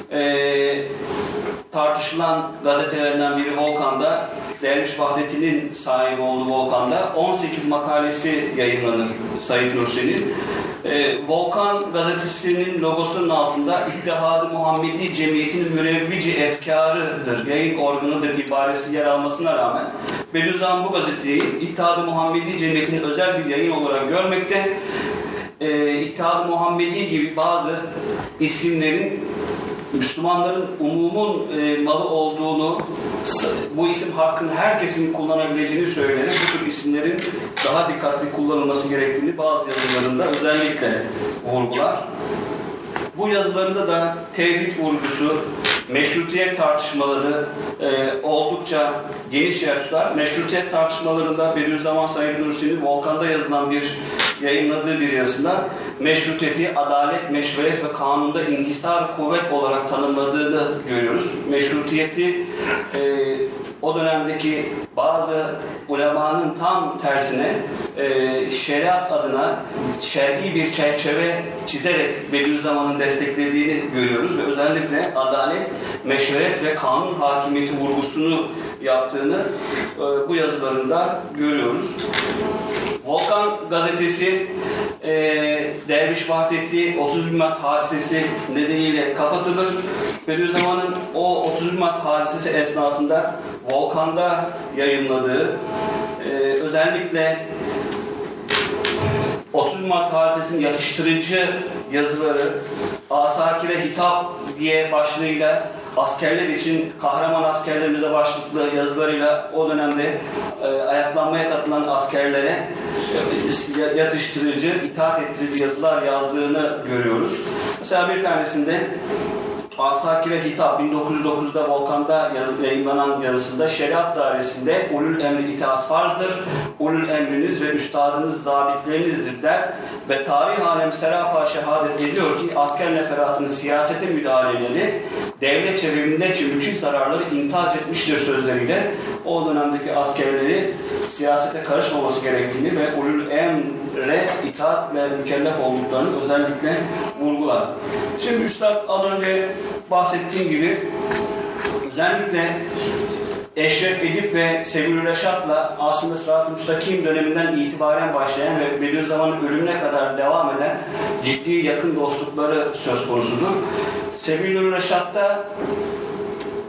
e, tartışılan gazetelerinden biri Volkan'da, Derviş Vahdeti'nin sahibi olduğu Volkan'da on sekiz makalesi yayınlanır Said Nursi'nin. Ee, Volkan gazetesinin logosunun altında İttihad-ı Muhammedi Cemiyeti'nin mürevvici efkarıdır, yayın organıdır ibaresi yer almasına rağmen Bediüzzaman bu gazeteyi İttihad-ı Muhammedi Cemiyeti'nin özel bir yayın olarak görmekte. Ee, İttihad-ı Muhammedi gibi bazı isimlerin Müslümanların umumun e, malı olduğunu, bu isim hakkını herkesin kullanabileceğini söyleyen bu tür isimlerin daha dikkatli kullanılması gerektiğini bazı yazılarında özellikle vurgular. Bu yazılarında da tevhid vurgusu, meşrutiyet tartışmaları e, oldukça geniş yer tutar. Meşrutiyet tartışmalarında Bediüzzaman Said Nursi'nin Volkan'da yazılan bir, yayınladığı bir yazısında meşrutiyeti adalet, meşveret ve kanunda inhisar kuvvet olarak tanımladığını görüyoruz. Meşrutiyeti e, o dönemdeki bazı ulemanın tam tersine e, şeriat adına şer'i bir çerçeve çizerek Bediüzzaman'ın desteklediğini görüyoruz ve özellikle adalet, meşveret ve kanun hakimiyeti vurgusunu yaptığını e, bu yazılarında görüyoruz. Volkan gazetesi e, Derviş Vahdeti otuz bin Mart hadisesi nedeniyle kapatılır. Bediüzzaman'ın o otuz bin Mart hadisesi esnasında Volkan'da yayınladığı e, özellikle otuz bin Mart hadisesinin yatıştırıcı yazıları, Asakir'e hitap diye başlığıyla askerler için, kahraman askerlerimize başlıklı yazılarıyla o dönemde e, ayaklanmaya katılan askerlere e, yatıştırıcı, itaat ettirici yazılar yazdığını görüyoruz. Mesela bir tanesinde Asakir'e hitap bin dokuz yüz dokuzda Volkan'da yazı, yayınlanan yazısında şeriat dairesinde ulul emri itaat farzdır. Ulul emriniz ve üstadınız zabitlerinizdir der ve tarih alem serapa şehadet ediyor ki asker neferatının siyasete müdahaleleri devlet çevreminde için bütün zararları intihac etmiştir sözleriyle o dönemdeki askerleri siyasete karışmaması gerektiğini ve ulul emre itaatle mükellef olduklarını özellikle vurgular. Şimdi Üstad az önce bahsettiğim gibi özellikle Eşref Edip ve Sebil Reşat'la aslında Sırat-ı Müstakim döneminden itibaren başlayan ve Bediüzzaman'ın ölümüne kadar devam eden ciddi yakın dostlukları söz konusudur. Sebil Reşat'ta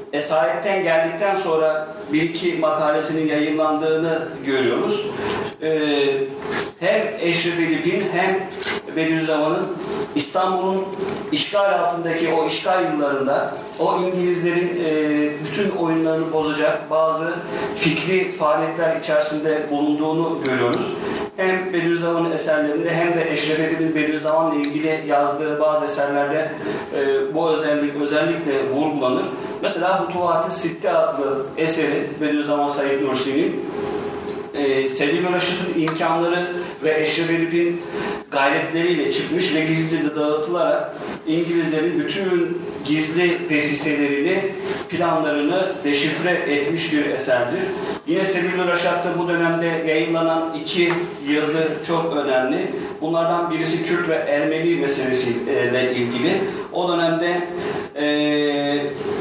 esaretten geldikten sonra bir iki makalesinin yayınlandığını görüyoruz. Ee, hem Eşref Edip'in hem Bediüzzaman'ın İstanbul'un işgal altındaki o işgal yıllarında o İngilizlerin e, bütün oyunlarını bozacak bazı fikri faaliyetler içerisinde bulunduğunu görüyoruz. Hem Bediüzzaman'ın eserlerinde hem de Eşref Edip'in Bediüzzaman'la ilgili yazdığı bazı eserlerde e, bu özellik özellikle vurgulanır. Mesela Hutuvat-ı Sitte adlı eseri Bediüzzaman Said Nursi'nin e, Selim Raşid'in imkanları ve Eşref Edip'in gayretleriyle çıkmış ve gizlice dağıtılarak İngilizlerin bütün gizli desiselerini, planlarını deşifre etmiş bir eserdir. Yine Selim Raşat'ta bu dönemde yayınlanan iki yazı çok önemli. Bunlardan birisi Kürt ve Ermeni meselesiyle ilgili. O dönemde eee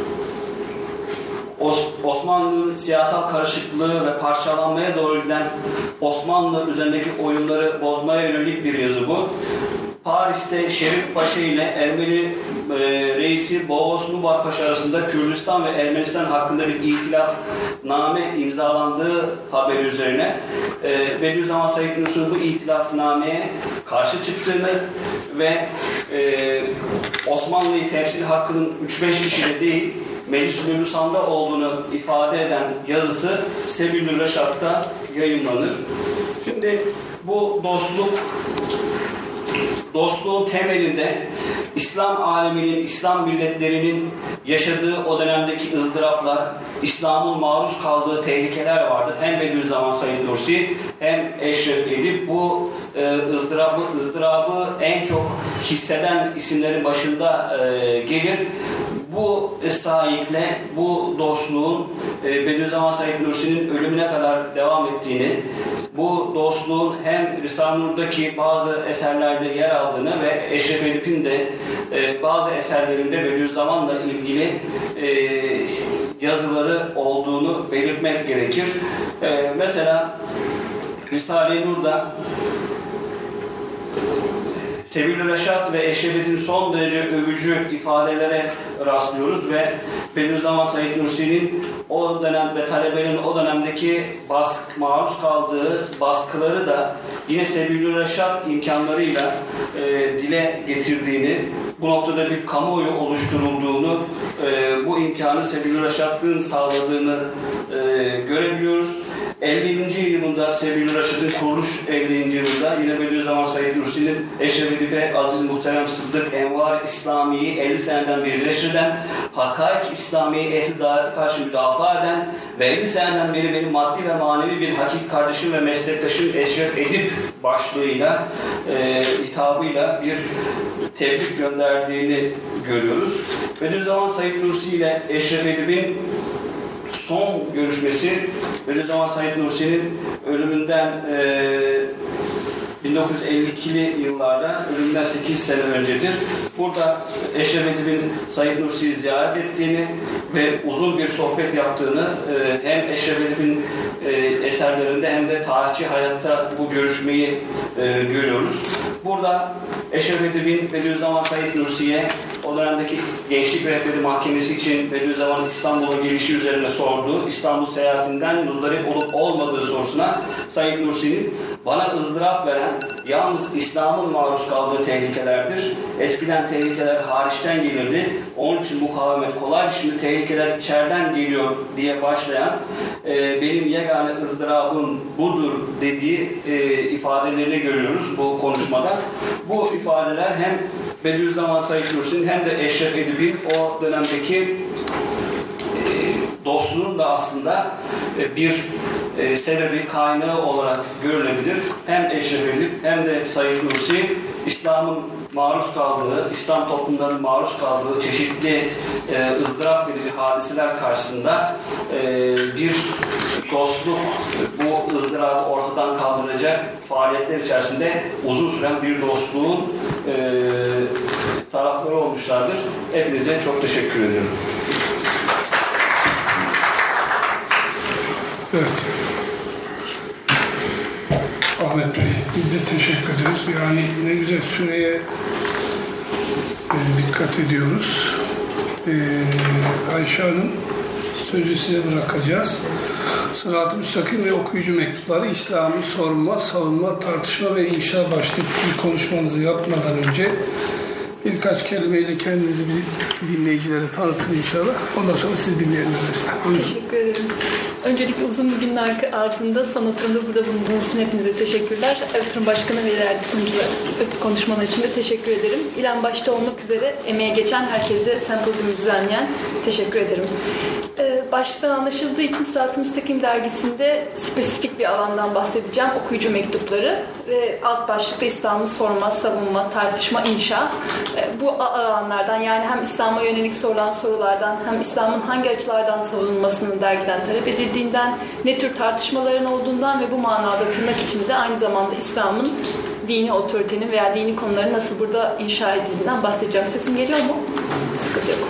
Osmanlı'nın siyasal karışıklığı ve parçalanmaya doğru giden Osmanlı üzerindeki oyunları bozmaya yönelik bir yazı bu. Paris'te Şerif Paşa ile Ermeni e, reisi Boğaz Nubar Paşa arasında Kürdistan ve Ermenistan hakkında bir itilafname imzalandığı haberi üzerine e, Bediüzzaman Said Nursi'nin bu itilafnameye karşı çıktığını ve e, Osmanlı'yı temsil hakkının üç beş kişide değil Meclis-i Mebusan'da olduğunu ifade eden yazısı Sebil-i Reşat'ta yayınlanır. Şimdi bu dostluk dostluğun temelinde İslam aleminin, İslam milletlerinin yaşadığı o dönemdeki ızdıraplar, İslam'ın maruz kaldığı tehlikeler vardır. Hem Bediüzzaman Said Nursi hem Eşref Edip bu e, ızdırabı, ızdırabı en çok hisseden isimlerin başında e, gelir. Bu sahiple, bu dostluğun e, Bediüzzaman Said Nursi'nin ölümüne kadar devam ettiğini, bu dostluğun hem Risale-i Nur'daki bazı eserlerde yer aldığını ve Eşref Edip'in de e, bazı eserlerinde Bediüzzaman'la ilgili e, yazıları olduğunu belirtmek gerekir. E, mesela Risale-i Nur'da Sebil-i Reşat ve Eşref Edip'in son derece övücü ifadelere rastlıyoruz ve Bediüzzaman Said Nursi'nin o dönemde talebenin o dönemdeki baskı, maruz kaldığı baskıları da yine Sebil-i Reşat imkanlarıyla e, dile getirdiğini, bu noktada bir kamuoyu oluşturulduğunu, e, bu imkanı Sebil-i Reşat'ın sağladığını e, görebiliyoruz. ellinci yılında Sebil-i Reşat'ın kuruluş ellinci yılında yine Bediüzzaman Said Nursi'nin Eşref Edip'e Aziz Muhterem Sıddık Envar İslami'yi elli seneden beri neşreden, Hakaik İslami'yi ehli davete karşı müdafaa eden ve elli seneden beri benim maddi ve manevi bir hakik kardeşim ve meslektaşım Eşref Edip başlığıyla, e, hitabıyla bir tebrik gönderdiğini görüyoruz. Bediüzzaman Said Nursi ile Eşref Edip'in son görüşmesi Bediüzzaman Said Nursi'nin ölümünden e, bin dokuz yüz elli ikili yıllarda, ölümünden sekiz sene öncedir. Burada Eşref Edip'in Said Nursi'yi ziyaret ettiğini ve uzun bir sohbet yaptığını e, hem Eşref Edip'in e, eserlerinde hem de tarihçi hayatta bu görüşmeyi e, görüyoruz. Burada Eşref Edip'in Bediüzzaman Said Nursi'ye o dönemdeki Gençlik Rehberi Mahkemesi için Bediüzzaman'ın İstanbul'a gelişi üzerine sorduğu, İstanbul seyahatinden muzdarip olup olmadığı sorusuna Said Nursi'nin bana ızdırap veren yalnız İslam'ın maruz kaldığı tehlikelerdir. Eskiden tehlikeler hariçten gelirdi. Onun için mukavemet kolay. Şimdi tehlikeler içeriden geliyor diye başlayan e, benim yegane ızdırabım budur dediği e, ifadelerini görüyoruz bu konuşmada. Bu ifadeler hem Bediüzzaman Said Nursi'nin hem de Eşref Edip'in o dönemdeki e, dostluğun da aslında e, bir e, sebebi, kaynağı olarak görülebilir. Hem Eşref Edip hem de Said Nursi İslam'ın maruz kaldığı, İslam toplumlarının maruz kaldığı çeşitli e, ızdırap verici hadiseler karşısında e, bir dostluk, bu ızdırabı ortadan kaldıracak faaliyetler içerisinde uzun süren bir dostluğun e, tarafları olmuşlardır. Hepinize çok teşekkür ediyorum. Evet. Ahmet Bey, biz de teşekkür ederiz. Yani ne güzel süreye e, dikkat ediyoruz. E, Ayşe Hanım Sözü size bırakacağız. Sırat-ı Müstakim ve okuyucu mektupları, İslam'ı sorma, savunma, tartışma ve inşa başlıklı bir konuşmanızı yapmadan önce birkaç kelimeyle kendinizi bizi dinleyicilere tanıtın inşallah. Ondan sonra sizi dinleyenler arasında. Buyurun. Teşekkür ederim. Öncelikle uzun bir günün ardında son oturumda burada bulunduğunuz için hepinize teşekkürler. Oturum Başkanı ve değerli sunucular konuşmalar için de teşekkür ederim. İlan başta olmak üzere emeğe geçen herkese, sempozyumu düzenleyen teşekkür ederim. Ee, başlıktan anlaşıldığı için Sırat-ı Müstakim dergisinde spesifik bir alandan bahsedeceğim. Okuyucu mektupları ve alt başlıkta İslam'ı sorma, savunma, tartışma, inşa. Ee, bu alanlardan, yani hem İslam'a yönelik sorulan sorulardan hem İslam'ın hangi açılardan savunulmasının dergiden talep edildiğinden, ne tür tartışmaların olduğundan ve bu manada tırnak içinde aynı zamanda İslam'ın dini otoritenin veya dini konuların nasıl burada inşa edildiğinden bahsedeceğim. Sesim geliyor mu? Sıkıntı yok.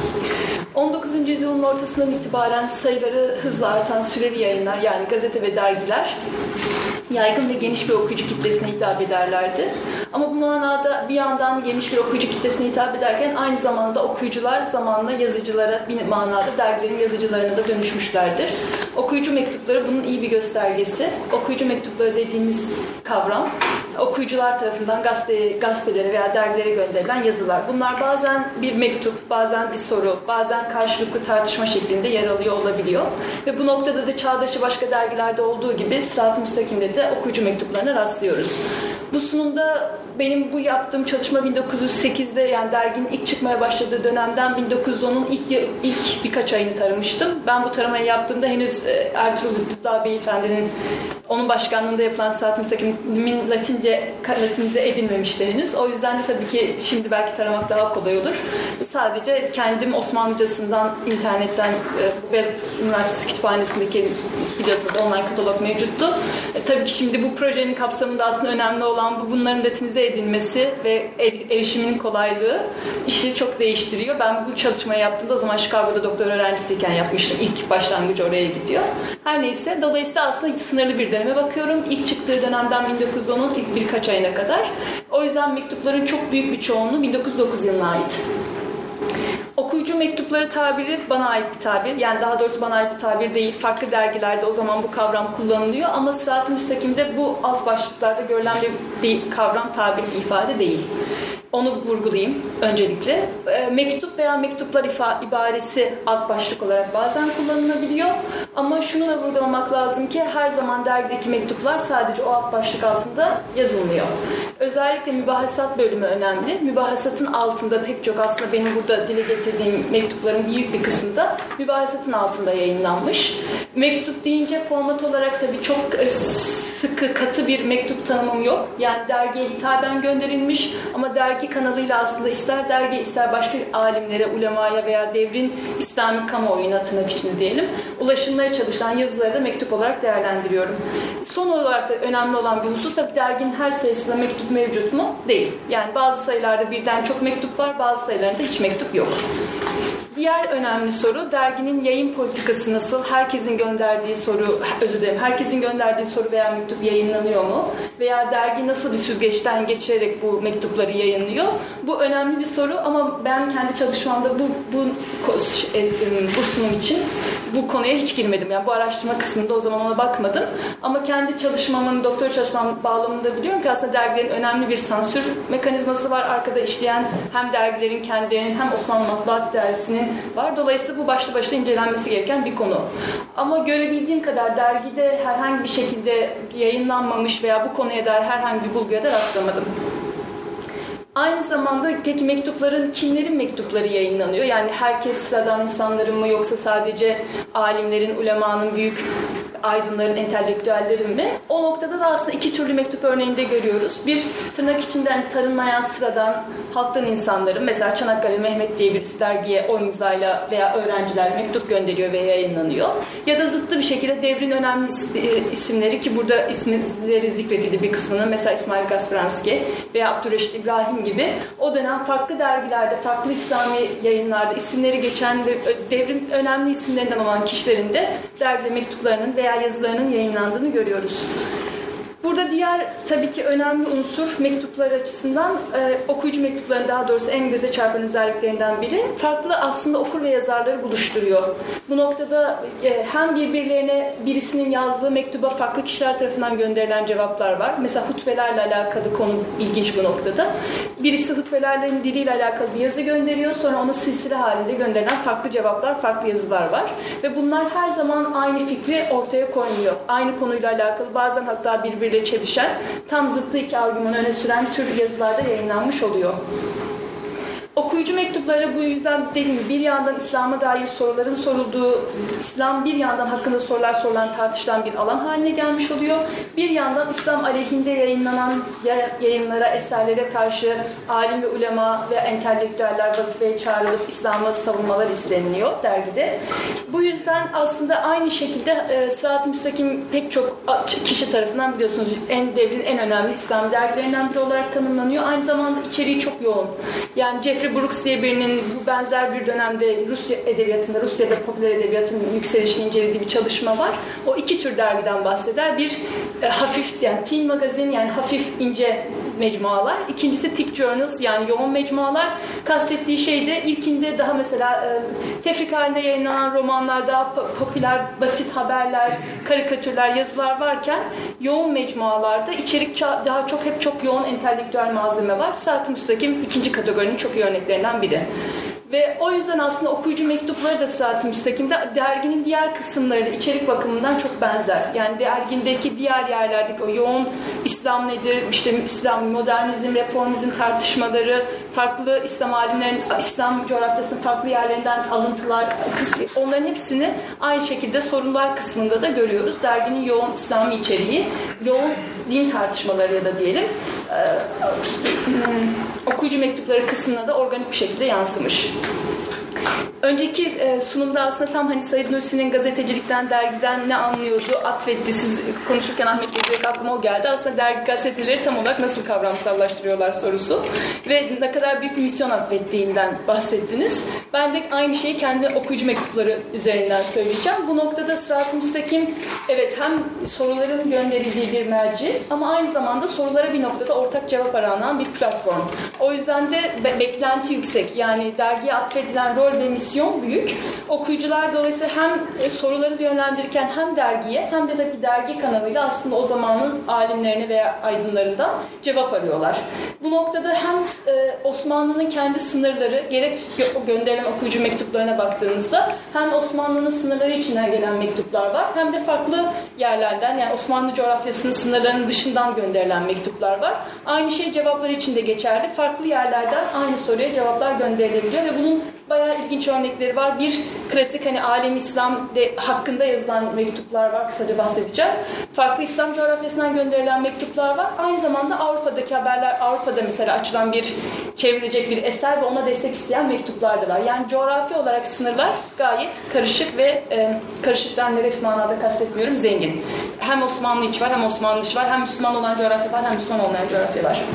on dokuzuncu yüzyılın ortasından itibaren sayıları hızla artan süreli yayınlar, yani gazete ve dergiler yaygın ve geniş bir okuyucu kitlesine hitap ederlerdi. Ama bu manada bir yandan geniş bir okuyucu kitlesine hitap ederken aynı zamanda okuyucular zamanla yazıcılara, bir manada dergilerin yazıcılarına da dönüşmüşlerdir. Okuyucu mektupları bunun iyi bir göstergesi. Okuyucu mektupları dediğimiz kavram, okuyucular tarafından gazete, gazetelere veya dergilere gönderilen yazılar. Bunlar bazen bir mektup, bazen bir soru, bazen karşılıklı tartışma şeklinde yer alıyor olabiliyor. Ve bu noktada da çağdaşı başka dergilerde olduğu gibi Sırat-ı Müstakim'de de okuyucu mektuplarına rastlıyoruz. Bu sunumda benim bu yaptığım çalışma bin dokuz yüz sekizde, yani derginin ilk çıkmaya başladığı dönemden bin dokuz yüz onun ilk, ilk birkaç ayını taramıştım. Ben bu taramayı yaptığımda henüz Ertuğrul Lütfüdağ Beyefendi'nin, onun başkanlığında yapılan Sırat-ı Müstakim'in Latince, Latinize edilmemişti henüz. O yüzden de tabii ki şimdi belki taramak daha kolay olur. Sadece kendim Osmanlıcasından, internetten, Beyazıt Üniversitesi Kütüphanesi'ndeki biliyorsunuz online katalog mevcuttu. E, tabii ki şimdi bu projenin kapsamında aslında önemli olan bu, bunların latinize edilmesi ve erişiminin kolaylığı işi çok değiştiriyor. Ben bu çalışmayı yaptığımda o zaman Chicago'da doktor öğrencisiyken yapmıştım. İlk başlangıcı oraya gidiyor. Her neyse, dolayısıyla aslında sınırlı bir döneme bakıyorum. İlk çıktığı dönemden bin dokuz yüz onun ilk birkaç ayına kadar. O yüzden mektupların çok büyük bir çoğunluğu bin dokuz yüz dokuz yılına ait. Okuyucu mektupları tabiri bana ait bir tabir. Yani daha doğrusu bana ait bir tabir değil. Farklı dergilerde o zaman bu kavram kullanılıyor. Ama Sırat-ı Müstakim'de bu alt başlıklarda görülen bir, bir kavram, tabir, bir ifade değil. Onu vurgulayayım öncelikle. E, mektup veya mektuplar ifa, ibaresi alt başlık olarak bazen kullanılabiliyor. Ama şunu da vurgulamak lazım ki her zaman dergideki mektuplar sadece o alt başlık altında yazılmıyor. Özellikle mübahasat bölümü önemli. Mübahasatın altında pek çok, aslında benim burada dile getirdiğim mektupların büyük bir kısmı da mübahasatın altında yayınlanmış. Mektup deyince format olarak tabii çok sıkı, katı bir mektup tanımım yok. Yani dergiye hitaben gönderilmiş ama dergi kanalıyla aslında ister dergi ister başka alimlere, ulemaya veya devrin İslami kamuoyuna, tırnak içinde diyelim, ulaşılmaya çalışılan yazıları da mektup olarak değerlendiriyorum. Son olarak da önemli olan bir husus, tabii derginin her sayısında mektup mevcut mu? Değil. Yani bazı sayılarda birden çok mektup var, bazı sayılarında hiç mektup yok. Diğer önemli soru, derginin yayın politikası nasıl? Herkesin gönderdiği soru, özür dilerim, herkesin gönderdiği soru veya mektup yayınlanıyor mu? Veya dergi nasıl bir süzgeçten geçirerek bu mektupları yayınlıyor? Bu önemli bir soru ama ben kendi çalışmamda bu bu bu sunum için bu konuya hiç girmedim. Yani bu araştırma kısmında o zaman ona bakmadım. Ama kendi çalışmamın, doktora çalışmam bağlamında biliyorum ki aslında dergilerin önemli bir sansür mekanizması var. Arkada işleyen hem dergilerin kendilerinin hem Osmanlı Matbuat İdaresi'nin var. Dolayısıyla bu başlı başına incelenmesi gereken bir konu. Ama görebildiğim kadar dergide herhangi bir şekilde yayınlanmamış veya bu konuya dair herhangi bir bulguya da rastlamadım. Aynı zamanda peki mektupların, kimlerin mektupları yayınlanıyor? Yani herkes sıradan insanların mı, yoksa sadece alimlerin, ulemanın, büyük aydınların, entelektüellerin mi? O noktada da aslında iki türlü mektup örneğinde görüyoruz. Bir, tırnak içinden tanınmayan sıradan halktan insanların, mesela Çanakkale Mehmet diye birisi dergiye o imzayla veya öğrenciler mektup gönderiyor ve yayınlanıyor. Ya da zıttı bir şekilde devrin önemli isimleri, ki burada isimleri zikredildi bir kısmının, mesela İsmail Kasperanski veya Abdülreşit İbrahim gibi o dönem farklı dergilerde, farklı İslami yayınlarda isimleri geçen ve devrin önemli isimlerinden olan kişilerin de dergide mektuplarının veya yazılarının yayınlandığını görüyoruz. Burada diğer tabii ki önemli unsur mektuplar açısından e, okuyucu mektupların daha doğrusu en göze çarpan özelliklerinden biri farklı aslında okur ve yazarları buluşturuyor. Bu noktada e, hem birbirlerine birisinin yazdığı mektuba farklı kişiler tarafından gönderilen cevaplar var. Mesela hutbelerle alakalı konu ilginç bu noktada. Birisi hutbelerlerin diliyle alakalı bir yazı gönderiyor. Sonra ona silsile halinde gönderilen farklı cevaplar, farklı yazılar var. Ve bunlar her zaman aynı fikri ortaya koymuyor. Aynı konuyla alakalı bazen hatta birbiriyle çelişen, tam zıttı iki argümanı öne süren tür yazılarda yayınlanmış oluyor. Okuyucu mektupları bu yüzden dediğim gibi bir yandan İslam'a dair soruların sorulduğu, İslam bir yandan hakkında sorular sorulan tartışılan bir alan haline gelmiş oluyor. Bir yandan İslam aleyhinde yayınlanan yayınlara, eserlere karşı alim ve ulema ve entelektüeller vazifeye çağrılıp İslam'ı savunmalar isteniliyor dergide. Bu yüzden aslında aynı şekilde e, Sırat-ı Müstakim pek çok kişi tarafından biliyorsunuz en devrin en önemli İslam dergilerinden biri olarak tanımlanıyor. Aynı zamanda içeriği çok yoğun. Yani Jeffrey Brooks diye birinin bu benzer bir dönemde Rusya edebiyatında, Rusya'da popüler edebiyatın yükselişini incelediği bir çalışma var. O iki tür dergiden bahseder. Bir e, hafif yani teen magazine yani hafif ince mecmualar. İkincisi thick journals yani yoğun mecmualar. Kastettiği şey de ilkinde daha mesela e, tefrik halinde yayınlanan romanlar, daha popüler basit haberler, karikatürler, yazılar varken yoğun mecmualarda içerik daha çok hep çok yoğun entelektüel malzeme var. Sırat-ı Müstakim ikinci kategorinin çok iyi örneklerinden biri. Ve o yüzden aslında okuyucu mektupları da Sırat-ı Müstakim'de derginin diğer kısımları da içerik bakımından çok benzer. Yani dergindeki diğer yerlerdeki o yoğun İslam nedir, işte İslam, modernizm, reformizm tartışmaları, farklı İslam alimlerin, İslam coğrafyasının farklı yerlerinden alıntılar, onların hepsini aynı şekilde sorunlar kısmında da görüyoruz. Derginin yoğun İslami içeriği, yoğun din tartışmaları ya da diyelim okuyucu mektupları kısmına da organik bir şekilde yansımış. Önceki e, sunumda aslında tam hani Said Nursi'nin gazetecilikten, dergiden ne anlıyordu, atfetti. Siz konuşurken Ahmet Bey direkt aklıma o geldi. Aslında dergi gazeteleri tam olarak nasıl kavramsallaştırıyorlar sorusu. Ve ne kadar büyük bir misyon atfettiğinden bahsettiniz. Ben de aynı şeyi kendi okuyucu mektupları üzerinden söyleyeceğim. Bu noktada Sırat-ı Müstakim evet hem soruların gönderildiği bir merci ama aynı zamanda sorulara bir noktada ortak cevap aranan bir platform. O yüzden de be- beklenti yüksek. Yani dergiye atfedilen rol ve misyon büyük. Okuyucular dolayısıyla hem soruları yönlendirirken hem dergiye hem de tabii dergi kanalıyla aslında o zamanın alimlerine veya aydınlarından cevap arıyorlar. Bu noktada hem e, Osmanlı'nın kendi sınırları gerek gö- gönderilen okuyucu mektuplarına baktığınızda hem Osmanlı'nın sınırları içinden gelen mektuplar var hem de farklı yerlerden yani Osmanlı coğrafyasının sınırlarının dışından gönderilen mektuplar var. Aynı şey cevaplar için de geçerli. Farklı yerlerden aynı soruya cevaplar gönderilebiliyor ve bunun bayağı ilginç örnekleri var. Bir klasik hani alem İslam de, hakkında yazılan mektuplar var. Kısaca bahsedeceğim. Farklı İslam coğrafyasından gönderilen mektuplar var. Aynı zamanda Avrupa'daki haberler, Avrupa'da mesela açılan bir çevrilecek bir eser ve ona destek isteyen mektuplar da var. Yani coğrafi olarak sınırlar gayet karışık ve e, karışıktan negatif manada kastetmiyorum, zengin. Hem Osmanlı içi var, hem Osmanlı dışı var, hem Müslüman olan coğrafya var, hem Müslüman olmayan coğrafya var.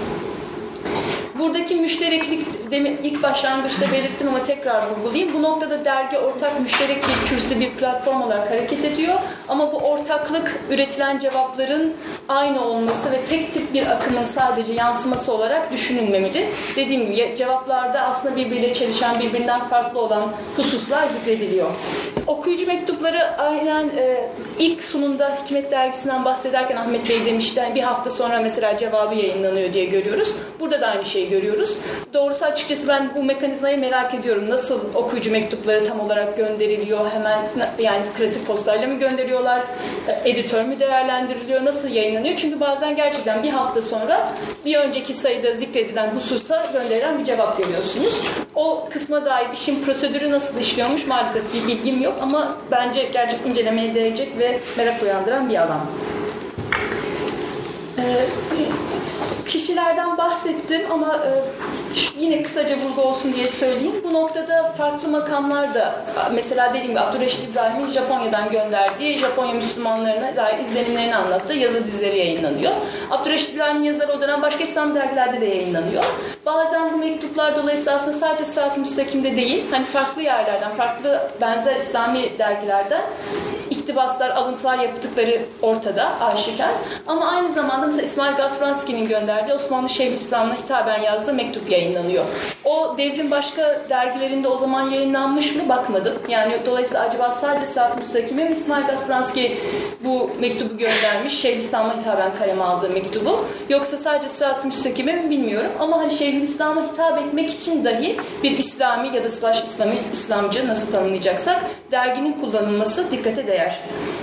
Buradaki müştereklik demin ilk başlangıçta belirttim ama tekrar vurgulayayım. Bu noktada dergi ortak müşterek bir kürsü, bir platform olarak hareket ediyor. Ama bu ortaklık üretilen cevapların aynı olması ve tek tip bir akımın sadece yansıması olarak düşünülmemeli. Dediğim gibi cevaplarda aslında birbiriyle çelişen, birbirinden farklı olan hususlar zikrediliyor. Okuyucu mektupları aynen e, ilk sunumda Hikmet Dergisi'nden bahsederken Ahmet Bey demişti bir hafta sonra mesela cevabı yayınlanıyor diye görüyoruz. Burada da aynı şeyi görüyoruz. Doğrusu açıkçası ben bu mekanizmayı merak ediyorum. Nasıl okuyucu mektupları tam olarak gönderiliyor? Hemen yani klasik postayla mı gönderiyorlar? Editör mü değerlendiriliyor? Nasıl yayınlanıyor? Çünkü bazen gerçekten bir hafta sonra bir önceki sayıda zikredilen hususa gönderilen bir cevap veriyorsunuz. O kısma dair işin prosedürü nasıl işliyormuş maalesef bir bilgim yok ama bence gerçekten incelemeye değecek ve merak uyandıran bir alan. Ee, kişilerden bahsettim ama e, yine kısaca vurgu olsun diye söyleyeyim. Bu noktada farklı makamlar da, mesela dediğim gibi Abdülreşit İbrahim'in Japonya'dan gönderdiği Japonya Müslümanlarına dair izlenimlerini anlattığı yazı dizileri yayınlanıyor. Abdülreşit İbrahim'in yazıları o dönem başka İslam dergilerde de yayınlanıyor. Bazen bu mektuplar dolayısıyla aslında sadece Sırat-ı Müstakim'de değil, hani farklı yerlerden, farklı benzer İslami dergilerden iktibaslar, alıntılar yaptıkları ortada, aşikar. Ama aynı zamanda mesela İsmail Gazfranski'nin gönderdiği Osmanlı Şeyhülislam'la hitaben yazdığı mektup yayınlanıyor. O devrin başka dergilerinde o zaman yayınlanmış mı bakmadım. Yani dolayısıyla acaba sadece Sırat-ı Müstakim'e mi İsmail Gazfranski bu mektubu göndermiş, Şeyhülislam'a hitaben kaleme aldığı mektubu, yoksa sadece Sırat-ı Müstakim'e mi bilmiyorum. Ama hani Şeyhülislam'a hitap etmek için dahi bir İslami ya da slash İslamist, İslamcı nasıl tanımlayacaksak derginin kullanılması dikkate değer.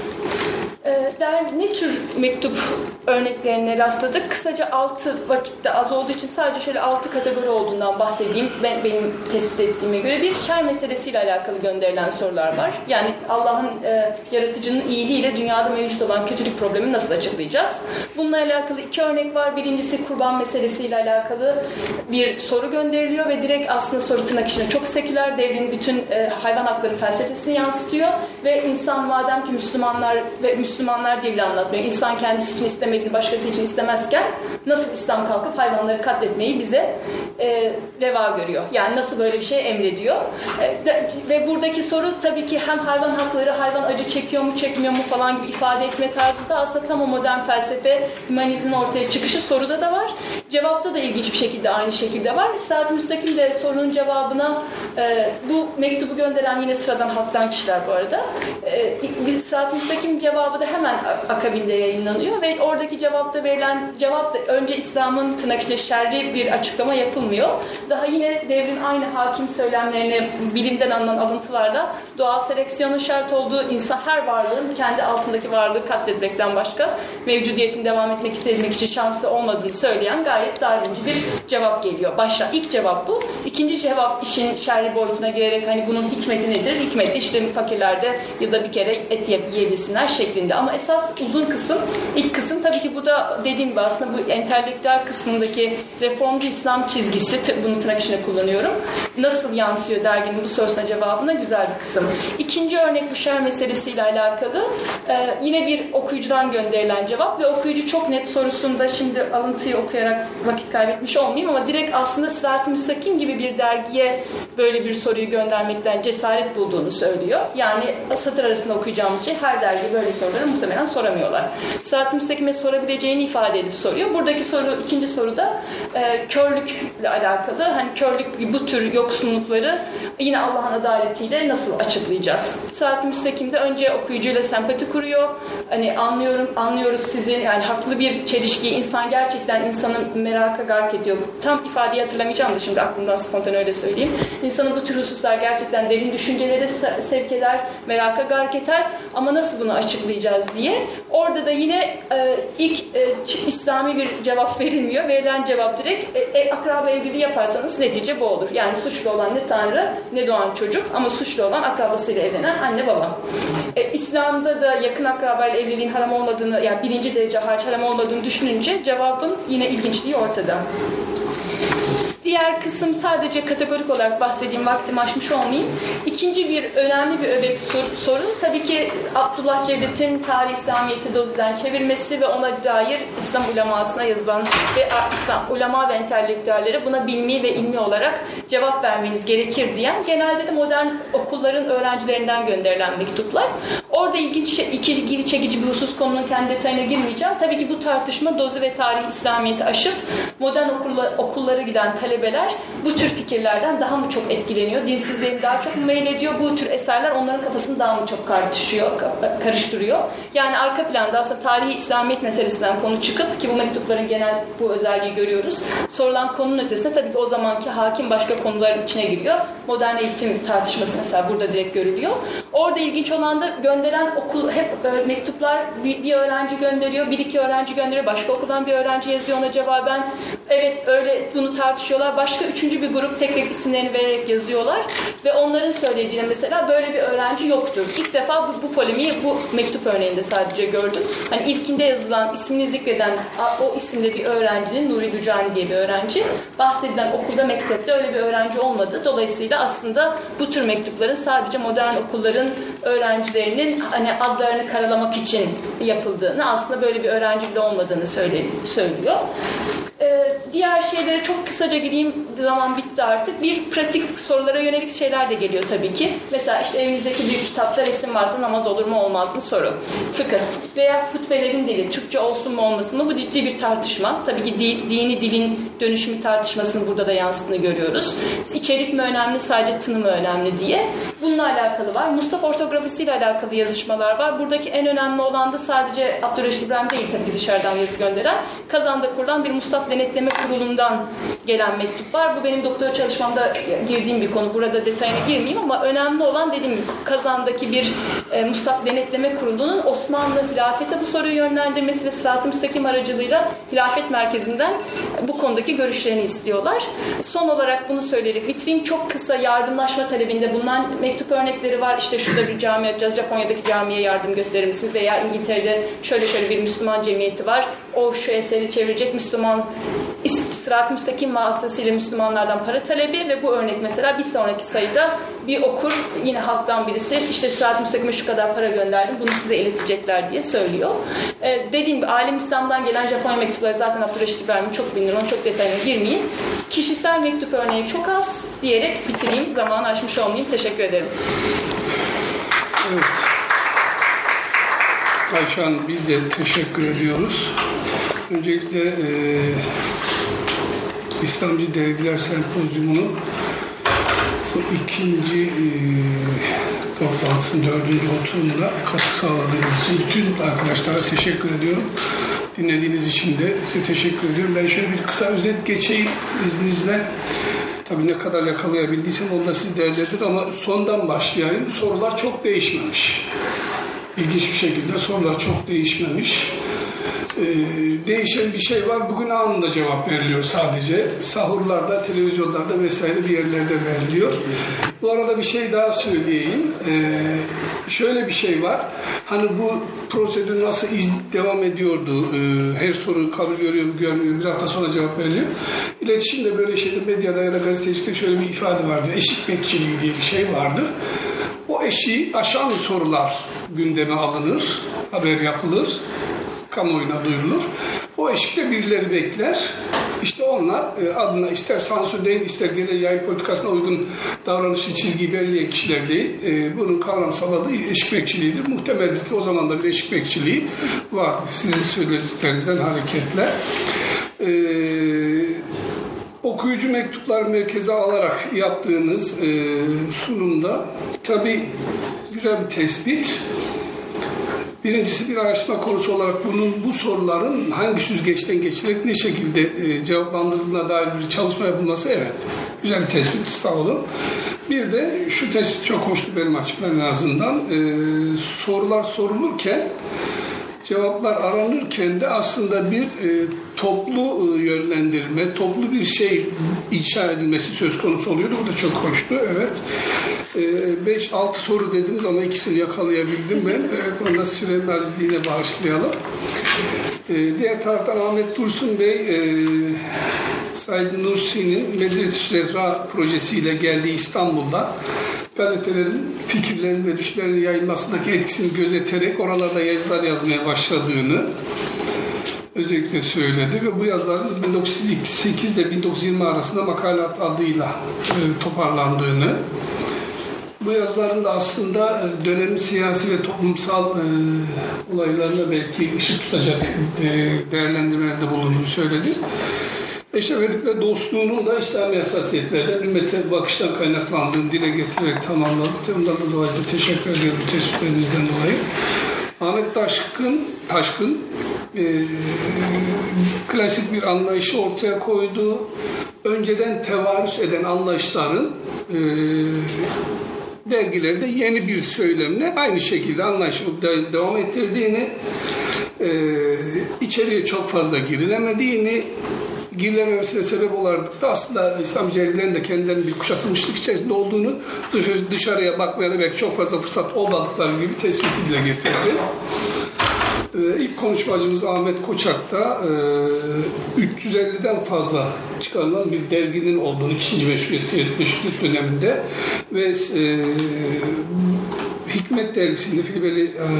Der, ne tür mektup örneklerine rastladık? Kısaca altı, vakitte az olduğu için sadece şöyle altı kategori olduğundan bahsedeyim. Ben, benim tespit ettiğime göre bir şer meselesiyle alakalı gönderilen sorular var. Yani Allah'ın e, yaratıcının iyiliğiyle dünyada mevcut olan kötülük problemini nasıl açıklayacağız? Bununla alakalı iki örnek var. Birincisi kurban meselesiyle alakalı bir soru gönderiliyor ve direkt aslında soru tırnak içinde çok seküler, devrin bütün e, hayvan hakları felsefesini yansıtıyor ve insan madem ki Müslümanlar ve Müslümanlar diye bile anlatmıyor. İnsan kendisi için istemediğini başkası için istemezken nasıl İslam kalkıp hayvanları katletmeyi bize e, reva görüyor? Yani nasıl böyle bir şey emrediyor? E, de, ve buradaki soru tabii ki hem hayvan hakları, hayvan acı çekiyor mu çekmiyor mu falan gibi ifade etme tarzı da aslında tam o modern felsefe, hümanizmin ortaya çıkışı soruda da var. Cevapta da ilginç bir şekilde aynı şekilde var. Sırat-ı Müstakim de sorunun cevabına e, bu mektubu gönderen yine sıradan halktan kişiler bu arada. E, Sırat-ı Müstakim cevabı da hemen akabinde yayınlanıyor ve oradaki cevapta verilen cevap da önce İslam'ın tırnak içinde şerri bir açıklama yapılmıyor. Daha yine devrin aynı hakim söylemlerini bilimden alınan alıntılarla doğal seleksiyonun şart olduğu, insan her varlığın kendi altındaki varlığı katletmekten başka mevcudiyetin devam etmek istemek için şansı olmadığını söyleyen gayet darwinci bir cevap geliyor. Başta ilk cevap bu. İkinci cevap işin şerri boyutuna girerek hani bunun hikmeti nedir? Hikmeti işte fakirlerde yılda bir kere et yiyebilsinler şeklinde. Ama esas uzun kısım, ilk kısım tabii ki bu da dediğim gibi aslında bu entelektüel kısmındaki reformcu İslam çizgisi, bunu tırnak içinde kullanıyorum. Nasıl yansıyor derginin bu sorusuna cevabına güzel bir kısım. İkinci örnek bu şer meselesiyle alakalı. Ee, yine bir okuyucudan gönderilen cevap ve okuyucu çok net sorusunda, şimdi alıntıyı okuyarak vakit kaybetmiş olmayayım ama direkt aslında Sırat-ı Müstakim gibi bir dergiye böyle bir soruyu göndermekten cesaret bulduğunu söylüyor. Yani satır arasında okuyacağımız şey her dergi böyle soruları muhtemelen soramıyorlar. Sırat-ı Müstakim'e sorabileceğini ifade edip soruyor. Buradaki soru, ikinci soruda e, körlükle alakalı. Hani körlük, bu tür yoksunlukları yine Allah'ın adaletiyle nasıl açıklayacağız? Sırat-ı Müstakim'de önce okuyucuyla sempati kuruyor. Hani anlıyorum, anlıyoruz sizi. Yani haklı bir çelişki. İnsan gerçekten insanı meraka gark ediyor. Tam ifadeyi hatırlamayacağım da şimdi aklımdan spontane öyle söyleyeyim. İnsanı bu tür hususlar gerçekten derin düşüncelere sevk eder, meraka gark eder. Ama nasıl bunu açıklayacağız diye. Orada da yine e, ilk e, İslami bir cevap verilmiyor. Verilen cevap direkt e, e, akraba evliliği yaparsanız netice bu olur. Yani suçlu olan ne Tanrı ne doğan çocuk ama suçlu olan akrabasıyla evlenen anne baba. E, İslam'da da yakın akrabayla evliliğin haram olmadığını, yani birinci derece hariç haram olmadığını düşününce cevabın yine ilginçliği ortada. Diğer kısım sadece kategorik olarak bahsedeyim, vaktimi aşmış olmayayım. İkinci bir önemli bir öbek soru tabii ki Abdullah Cevdet'in Tarih İslamiyet'i Dozi'den çevirmesi ve ona dair İslam ulemasına yazılan ve İslam ulema ve entelektüellere buna bilmi ve ilmi olarak cevap vermeniz gerekir diyen, genelde de modern okulların öğrencilerinden gönderilen mektuplar. Orada ilginç, ilgili çekici bir husus, konunun kendi detayına girmeyeceğim. Tabii ki bu tartışma Dozi ve Tarih İslamiyet'i aşıp modern okullar, okullara giden talebeler bu tür fikirlerden daha mı çok etkileniyor? Dinsizliğe daha çok mu meylediyor? Bu tür eserler onların kafasını daha mı çok karıştırıyor, karıştırıyor? Yani arka planda aslında tarihi İslamiyet meselesinden konu çıkıp, ki bu mektupların genel bu özelliği görüyoruz. Sorulan konunun ötesinde tabii ki o zamanki hakim başka konuların içine giriyor. Modern eğitim tartışması mesela burada direkt görülüyor. Orada ilginç olan da gönderen okul, hep mektuplar bir, bir öğrenci gönderiyor, bir iki öğrenci gönderiyor, başka okuldan bir öğrenci yazıyor ona cevaben. Evet, öyle bunu tartışıyorlar. Başka üçüncü bir grup tek tek isimlerini vererek yazıyorlar ve onların söylediğine mesela böyle bir öğrenci yoktur. İlk defa bu, bu polemiği bu mektup örneğinde sadece gördüm. Hani ilkinde yazılan, ismini zikreden o isimde bir öğrencinin, Nuri Dücani diye bir öğrenci, bahsedilen okulda, mektepte öyle bir öğrenci olmadı. Dolayısıyla aslında bu tür mektupların sadece modern okulların öğrencilerinin hani adlarını karalamak için yapıldığını, aslında böyle bir öğrenci bile olmadığını söyle, söylüyor. Ee, diğer şeylere çok kısaca gireyim, zaman bitti artık. Bir, pratik sorulara yönelik şeyler de geliyor tabii ki. Mesela işte evinizdeki bir kitapta resim varsa namaz olur mu olmaz mı soru. Fıkıh veya hutbelerin dili Türkçe olsun mu olmasın mı, bu ciddi bir tartışma. Tabii ki di, dini dilin dönüşümü tartışmasını burada da yansıdığını görüyoruz. İçerik mi önemli, sadece tını mı önemli diye. Bununla alakalı var. Mustafa ortografisiyle alakalı yazışmalar var. Buradaki en önemli olan da sadece Abdülreşit İbrahim değil tabii ki dışarıdan yazı gönderen, Kazan'da kurulan bir Mustafa Denetleme Kurulu'ndan gelen mektup var. Bu benim doktora çalışmamda girdiğim bir konu. Burada detayına girmeyeyim ama önemli olan, dediğim gibi, Kazan'daki bir e, Mustafa Denetleme Kurulu'nun Osmanlı hilafete bu soruyu yönlendirmesi ve Sırat-ı Müstakim aracılığıyla hilafet merkezinden bu konudaki görüşlerini istiyorlar. Son olarak bunu söyleyerek bitireyim. Çok kısa yardımlaşma talebinde bulunan mektup örnekleri var. İşte şurada bir cami yapacağız, Japonya'daki camiye yardım gösterir misiniz? Veya İngiltere'de şöyle şöyle bir Müslüman cemiyeti var. O şu eseri çevirecek, Müslüman Sırat-ı Müstakim vasıtasıyla Müslümanlardan para talebi ve bu örnek mesela bir sonraki sayıda bir okur, yine halktan birisi, işte Sırat-ı Müstakim'e şu kadar para gönderdim, bunu size iletecekler diye söylüyor. Ee, dediğim gibi Alem İslam'dan gelen Japonya mektupları zaten Abdülreşit İbrahim'in çok bilinir, onun çok detayına girmeyeyim. Kişisel mektup örneği çok az diyerek bitireyim, zamanı aşmış olmayayım. Teşekkür ederim. Evet. Ayşe Hanım, biz de teşekkür ediyoruz. Öncelikle e, İslamcı Dergiler Sempozyumu'nun bu ikinci e, toplantısının dördüncü oturumuna katkı sağladığınız için bütün arkadaşlara teşekkür ediyorum. Dinlediğiniz için de size teşekkür ediyorum. Ben şöyle bir kısa özet geçeyim izninizle. Tabii ne kadar yakalayabildiysem onu da siz değerlendirin ama sondan başlayayım. Sorular çok değişmemiş. İlginç bir şekilde sorular çok değişmemiş. Ee, değişen bir şey var. Bugün anında cevap veriliyor sadece. Sahurlarda, televizyonlarda vesaire bir yerlerde veriliyor. Bu arada bir şey daha söyleyeyim. Ee, şöyle bir şey var. Hani bu prosedür nasıl iz devam ediyordu? Ee, her soru kabul görüyor mu, görmüyor mu? Bir hafta sonra cevap veriliyor. İletişimde böyle şeyde, medyada ya da gazetecilikte şöyle bir ifade vardır. Eşik bekçiliği diye bir şey vardır. O eşiği aşan sorular gündeme alınır, haber yapılır, kamuoyuna duyurulur. O eşikte birileri bekler. İşte onlar adına ister sansür değil, ister genel yayın politikasına uygun davranışı, çizgiyi belirleyen kişiler değil. Bunun kavramsal adı eşik bekçiliğidir. Muhtemeldir ki o zaman da bir eşik bekçiliği vardı. Sizin söylediklerinizden hareketle. Ee, okuyucu mektuplar merkeze alarak yaptığınız e, sunumda tabii güzel bir tespit. Birincisi, bir araştırma konusu olarak bunun, bu soruların hangi süzgeçten geçilerek ne şekilde e, cevaplandırıldığına dair bir çalışma yapılması, evet. Güzel bir tespit, sağ olun. Bir de şu tespit çok hoştu benim açımdan en azından. E, sorular sorulurken, cevaplar aranırken de aslında bir e, toplu e, yönlendirme, toplu bir şey inşa edilmesi söz konusu oluyordu. Bu da çok hoştu, evet. beş altı soru dediniz ama ikisini yakalayabildim ben. Evet, onda sürenin azizliğine bağışlayalım. E, diğer taraftan Ahmet Dursun Bey, e, Said Nursi'nin Medret-i Zehra projesiyle geldiği İstanbul'da gazetelerin fikirlerin ve düşüncelerin yayılmasındaki etkisini gözeterek oralarda yazılar yazmaya başladığını özellikle söyledi ve bu yazıların bin dokuz yüz sekiz ile bin dokuz yüz yirmi arasında Makalat adıyla e, toparlandığını, bu yazıların da aslında dönemin siyasi ve toplumsal e, olaylarına belki ışık tutacak e, değerlendirmelerde bulunduğunu söyledi. Eşref Edip'le dostluğunun da İslami hassasiyetlerden, ümmete bakıştan kaynaklandığını dile getirerek tamamladı. Ondan da dolayı da teşekkür ediyorum tespitlerinizden dolayı. Ahmet Taşkın, Taşkın e, klasik bir anlayışı ortaya koydu. Önceden tevarüs eden anlayışların e, dergilerde yeni bir söylemle aynı şekilde anlayışı devam ettirdiğini, e, içeriye çok fazla girilemediğini, girilememesine sebep olarak da aslında İslamcı dergilerin de kendilerinin bir kuşatılmışlık içerisinde olduğunu, dışarı, dışarıya bakmaya belki çok fazla fırsat olmadıkları gibi tespit dile getirdi. Ee, ilk konuşmacımız Ahmet Koçak da e, üç yüz elliden fazla çıkarılan bir derginin olduğunu ikinci meşruiyet, meşruiyet döneminde ve e, Hikmet dergisinde Filibeli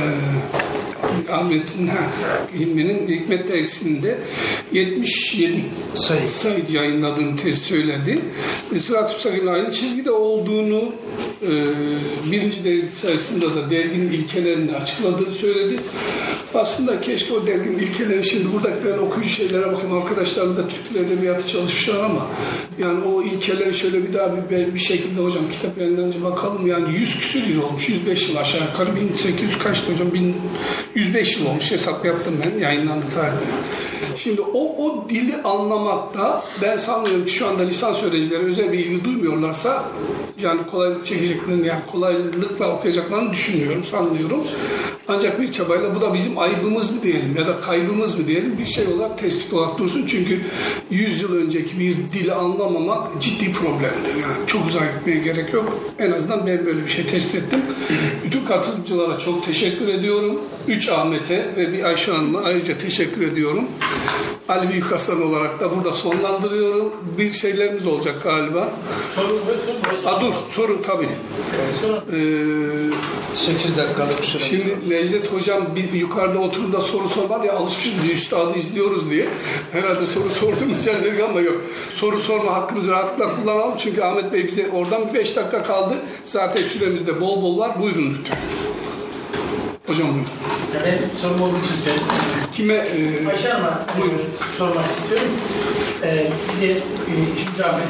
e, Ahmet'in Hilmi'nin Hikmet dergisinde yetmiş yedi sayı, sayı yayınladığını tez söyledi. Sırat-ı Müstakim'in aynı çizgide olduğunu e, birinci dergi sayısında da derginin ilkelerini açıkladığını söyledi. Aslında keşke o derginin ilkelerini, şimdi buradaki ben okuyucu şeylere bakayım, arkadaşlarımız da Türk Dili Edebiyatı çalışmışlar ama yani o ilkeleri şöyle bir daha bir, bir şekilde hocam kitap yayınlanınca bakalım, yani yüz küsür yıl olmuş, yüz beş yıl aşağı yukarı, bin sekiz yüz kaçtı hocam, bin yüz beş yıl olmuş, hesap yaptım ben, yayınlandı tarihte. Şimdi o, o dili anlamakta ben sanmıyorum ki şu anda lisans öğrencileri özel bir ilgi duymuyorlarsa yani kolaylık çekeceklerini, yani kolaylıkla okuyacaklarını düşünmüyorum, sanmıyorum. Ancak bir çabayla, bu da bizim ayıbımız mı diyelim ya da kaybımız mı diyelim, bir şey olarak, tespit olarak dursun. Çünkü yüz yıl önceki bir dili anlamamak ciddi problemdir. Yani çok uzağa gitmeye gerek yok. En azından ben böyle bir şey tespit ettim. Bütün katılımcılara çok teşekkür ediyorum. Üç Ahmet'e ve bir Ayşe Hanım'a ayrıca teşekkür ediyorum. Ali Büyükaslan olarak da burada sonlandırıyorum. Bir şeylerimiz olacak galiba. Soru, soru, A, dur, soru tabii. Ee, sekiz dakikalık süre. Şimdi Necdet Hocam bir yukarıda oturumda soru sormaz ya, alışmışız bir üstadı izliyoruz diye. Herhalde soru sorduğumuz yer dedik ama yok. Soru sorma hakkımızı rahatlıkla kullanalım. Çünkü Ahmet Bey bize oradan bir beş dakika kaldı. Zaten süremizde bol bol var. Buyurun lütfen. Hocam buyurun. Ben sorum olduğu için söyledim. Kime? E, Ayşe Hanım'a buyurun. sormak istiyorum. Ee, bir de e, üçüncü Ahmet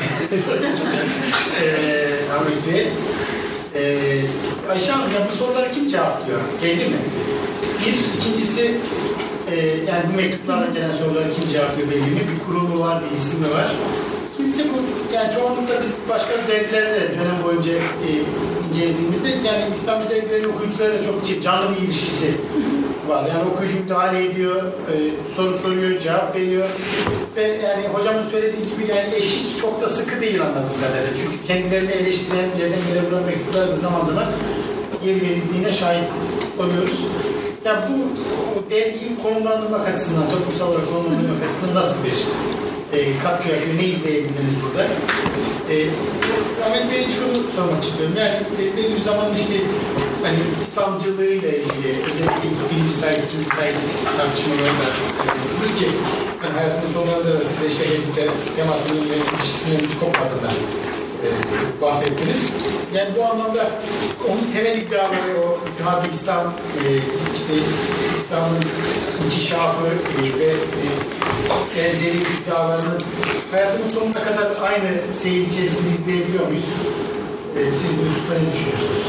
ee, Ahmet Bey. Ee, Ayşe Hanım, ya bu soruları kim cevaplıyor? Geldi mi? Bir, ikincisi e, yani bu mektuplarla gelen soruları kim cevaplıyor belli mi? Bir kurumu var, bir isim mi var? İkincisi bu, yani çoğunlukla biz başka dergilerde dönem boyunca e, incelediğimizde yani İslamcı dergilerin okuyucularıyla çok canlı bir ilişkisi var. Yani okuyucu müdahale ediyor, e, soru soruyor, cevap veriyor ve yani hocamın söylediği gibi yani eşlik çok da sıkı değil anladığım kadarıyla. Çünkü kendilerini eleştiren, yerden yere vuran mektuplarda zaman zaman yer verildiğine şahit oluyoruz. Yani bu dergiyi konumlandırmak açısından, toplumsal olarak konumlandırmak açısından nasıl bir e, katkı yapıyor, ne izleyebildiniz burada? E, Ahmet Bey şunu sormak istiyorum. Yani e, belli bir zaman işte hani İslamcılığıyla ilgili özellikle birinci sayı, ikinci sayı tartışmalarında e, ki ben hayatımın sonlarında da size işte Hedik'te temasının ve ilişkisinin hiç kopmadığından e, bahsettiniz. Yani bu anlamda onun temel iddiaları, o İttihad-ı İslam, e, işte İslam'ın inkişafı e, ve e, benzeri iddialarının hayatımın sonuna kadar aynı seyir içerisinde izleyebiliyor muyuz? E, siz bu hususta ne düşünüyorsunuz?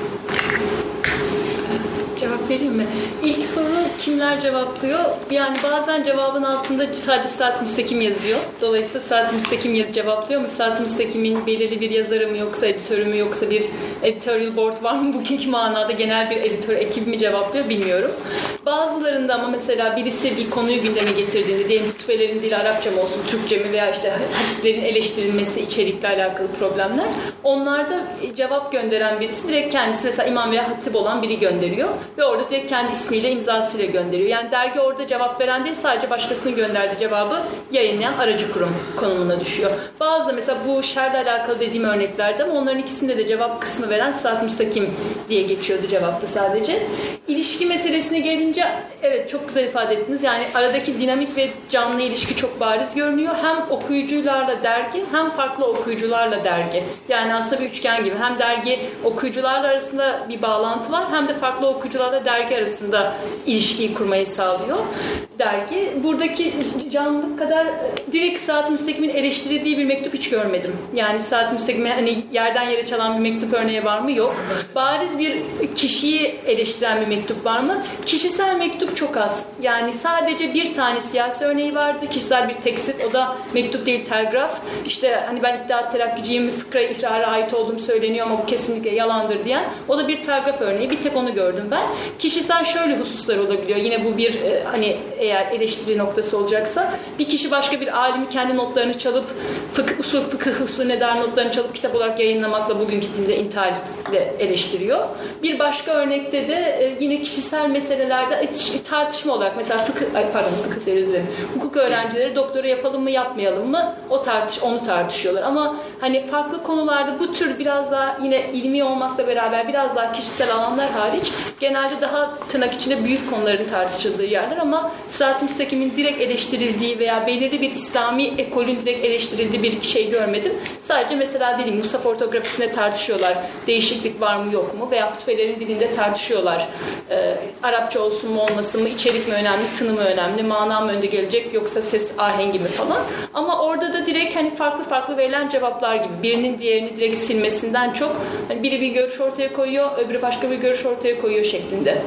Cevap vereyim mi? İlk sorunu kimler cevaplıyor? Yani bazen cevabın altında sadece Sırat-ı Müstakim yazıyor. Dolayısıyla Sırat-ı Müstakim cevaplıyor mu? Sırat-ı Müstakim'in belirli bir yazarı mı, yoksa editörü mü, yoksa bir editorial board var mı? Bugünkü manada genel bir editör ekibi mi cevaplıyor bilmiyorum. Bazılarında ama mesela birisi bir konuyu gündeme getirdiğinde, diyelim hutbelerin dili Arapça mı olsun, Türkçe mi veya işte hatiplerin eleştirilmesi, içerikle alakalı problemler. Onlarda cevap gönderen birisi direkt kendisi, mesela imam veya hatip olan biri gönderiyor. Ve orada direkt kendi ismiyle, imzasıyla gönderiyor. Yani dergi orada cevap veren değil, sadece başkasının gönderdiği cevabı yayınlayan aracı kurum konumuna düşüyor. Bazı mesela bu şerle alakalı dediğim örneklerde ama onların ikisinde de cevap kısmı veren Sırat-ı Müstakim diye geçiyordu cevapta sadece. İlişki meselesine gelince evet çok güzel ifade ettiniz. Yani aradaki dinamik ve canlı ilişki çok bariz görünüyor. Hem okuyucularla dergi hem farklı okuyucularla dergi. Yani aslında bir üçgen gibi. Hem dergi okuyucularla arasında bir bağlantı var hem de farklı okuyucularla dergi arasında ilişkiyi kurmayı sağlıyor dergi. Buradaki canlılık kadar direkt Sırat-ı Müstakim'in eleştirildiği bir mektup hiç görmedim. Yani Sırat-ı Müstakim'e hani yerden yere çalan bir mektup örneği var mı? Yok. Bariz bir kişiyi eleştiren bir mektup var mı? Kişisel mektup çok az. Yani sadece bir tane siyasi örneği vardı. Kişisel bir tekstit. O da mektup değil, telgraf. İşte hani ben İttihat Terakkiciyim, fıkra ihrara ait olduğum söyleniyor ama bu kesinlikle yalandır diyen. O da bir telgraf örneği. Bir tek onu gördüm ben. Kişisel şöyle hususlar olabiliyor. Yine bu bir hani e, eğer eleştiri noktası olacaksa, bir kişi başka bir alimi kendi notlarını çalıp fıkıh, usul fıkıh usul nedar notlarını çalıp kitap olarak yayınlamakla bugünkü dinde intihalle eleştiriyor. Bir başka örnekte de e, yine kişisel meselelerde tartışma olarak mesela fıkıh, ay pardon fıkıh deriz üzerine, hukuk öğrencileri doktora yapalım mı yapmayalım mı o tartış onu tartışıyorlar. Ama hani farklı konularda bu tür biraz daha yine ilmi olmakla beraber biraz daha kişisel alanlar hariç genelde daha tırnak içinde büyük konuların tartışıldığı yerler, ama Sırat-ı Müstakim'in direkt eleştirildiği veya belirli bir İslami ekolün direkt eleştirildiği bir şey görmedim. Sadece mesela dedim Musaf ortografisinde tartışıyorlar. Değişiklik var mı yok mu? Veya hutbelerin dilinde tartışıyorlar. Ee, Arapça olsun mu olmasın mı? İçerik mi önemli? Tını mı önemli? Mana mı önde gelecek? Yoksa ses ahengi mi falan? Ama orada da direkt hani farklı farklı verilen cevaplar gibi. Birinin diğerini direkt silmesinden çok hani biri bir görüş ortaya koyuyor, öbürü başka bir görüş ortaya koyuyor şeklinde.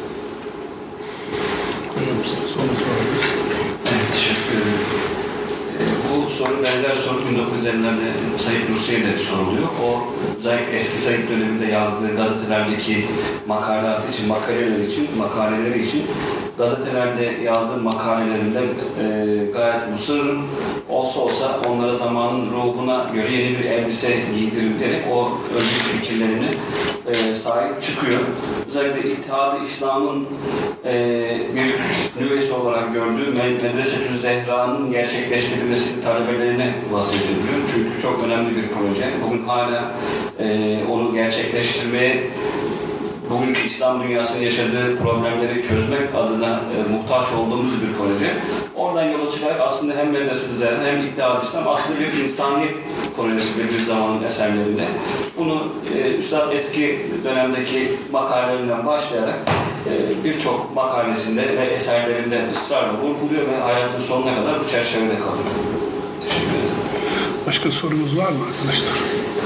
Evet, teşekkür ederim. Bu soru benzer soru bin dokuz yüz ellilerde Said Nursi'ye de soruluyor. O özellikle eski Said döneminde yazdığı gazetelerdeki makaleler için, makaleler için, makaleleri için gazetelerde yazdığı makalelerinde e, gayet musırım. Olsa olsa onlara zamanın ruhuna göre yeni bir elbise giydirilerek o özgür fikirlerini e, sahip çıkıyor. Özellikle İttihad-ı İslam'ın e, bir nüvesi olarak gördüğü Medrese-tü Zehra'nın gerçekleştirilmesini talebelerine vasiyet ediyor. Çünkü çok önemli bir proje. Bugün hala e, onu gerçekleştirmeye, bugünkü İslam dünyasının yaşadığı problemleri çözmek adına e, muhtaç olduğumuz bir proje. Oradan yola çıkarak aslında hem Medrese-tü Zehra hem İttihad-ı İslam aslında bir insani projesi bir zamanın eserlerinde. Bunu e, Üstad eski dönemdeki makalelerinden başlayarak e, birçok makalesinde ve eserlerinde ısrarla vurguluyor ve hayatın sonuna kadar bu çerçevede kalıyor. Teşekkür ederim. Başka sorumuz var mı arkadaşlar?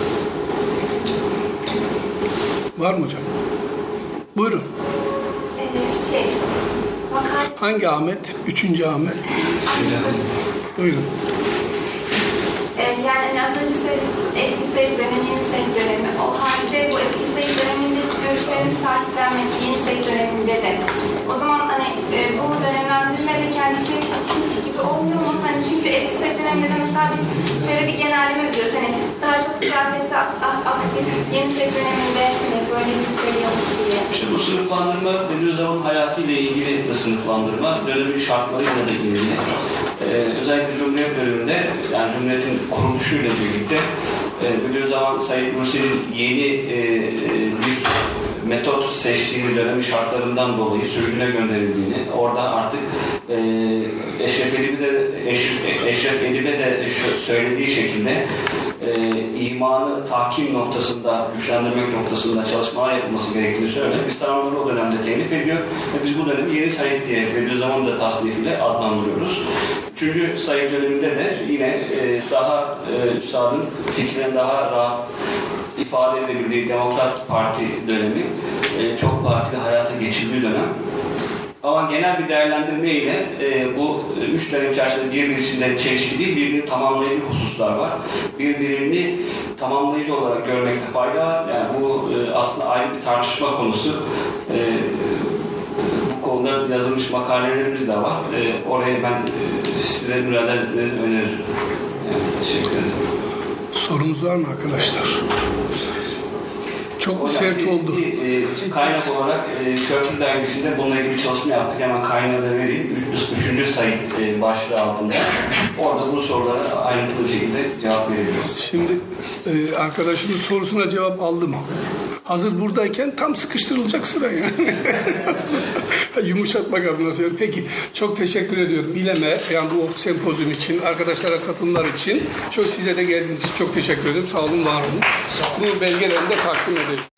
Var mı hocam? Buyurun. Ee, şey, makale... Hangi Ahmet? Üçüncü Ahmet. Buyurun. Ee, yani az önce söyledim, eski Said dönemi, yeni Said dönemi. O halde bu eski Said dönemindeki görüşlerin sahiplenmesi yeni Said döneminde de. O zaman hani e, bu dönemlendirme de kendi içine çalışmış gibi olmuyor mu? Hani çünkü eski Said döneminde de mesela biz şöyle bir genelleme biliyoruz. Hani daha çok siyasette ak- ak- aktif, yeni Said döneminde hani böyle bir şey yok diye. İşte bu sınıflandırma Bediüzzaman'ın hayatıyla ilgili de sınıflandırma, dönemin şartlarıyla da ilgili. Ee, özellikle Cumhuriyet döneminde, yani Cumhuriyet'in kuruluşuyla birlikte e, Bediüzzaman Said Nursi'nin yeni e, e, bir metot seçtiğini, dönemin şartlarından dolayı sürgüne gönderildiğini, orada artık e, Eşref Edip'e de, Eşref, Eşref Edip'e de söylediği şekilde e, imanı tahkim noktasında, güçlendirmek noktasında çalışmalar yapılması gerektiğini söyler. İslam'ı o dönemde telif ediyor ve biz bu dönemi yeni Said diye Bediüzzaman'ın da tasnifiyle adlandırıyoruz. Üçüncü Said döneminde de yine e, daha e, Üstad'ın fikrine daha rahat ifade edebildiği Demokrat Parti dönemi, e, çok partili hayata geçildiği dönem. Ama genel bir değerlendirme ile e, bu üç dönem içerisinde birbirinin çelişki değil, birbirini tamamlayıcı hususlar var. Birbirini tamamlayıcı olarak görmekte fayda var. Yani bu e, aslında ayrı bir tartışma konusu. E, bu konuda yazılmış makalelerimiz de var. E, oraya ben e, size müracaat etmenizi öneririm. Yani, teşekkür ederim. Sorunuz var mı arkadaşlar? Çok Hocam, sert bir, oldu. Bir, e, kaynak olarak e, Köprü Dergisi'nde bununla ilgili bir çalışma yaptık. Hemen kaynağı da vereyim. Üç, üçüncü Said e, başlığı altında. Orada bu sorulara ayrıntılı bir şekilde cevap veriyoruz. Şimdi e, arkadaşımız sorusuna cevap aldı mı? Hazır buradayken tam sıkıştırılacak sıra yani. Yumuşatmak adına söylüyorum. Peki, çok teşekkür ediyorum İLEM'e, yani bu sempozyum için, arkadaşlara katılımlar için. Çok size de geldiğiniz için çok teşekkür ederim. Sağ olun, var olun. Bu belgelerini de takdim edelim.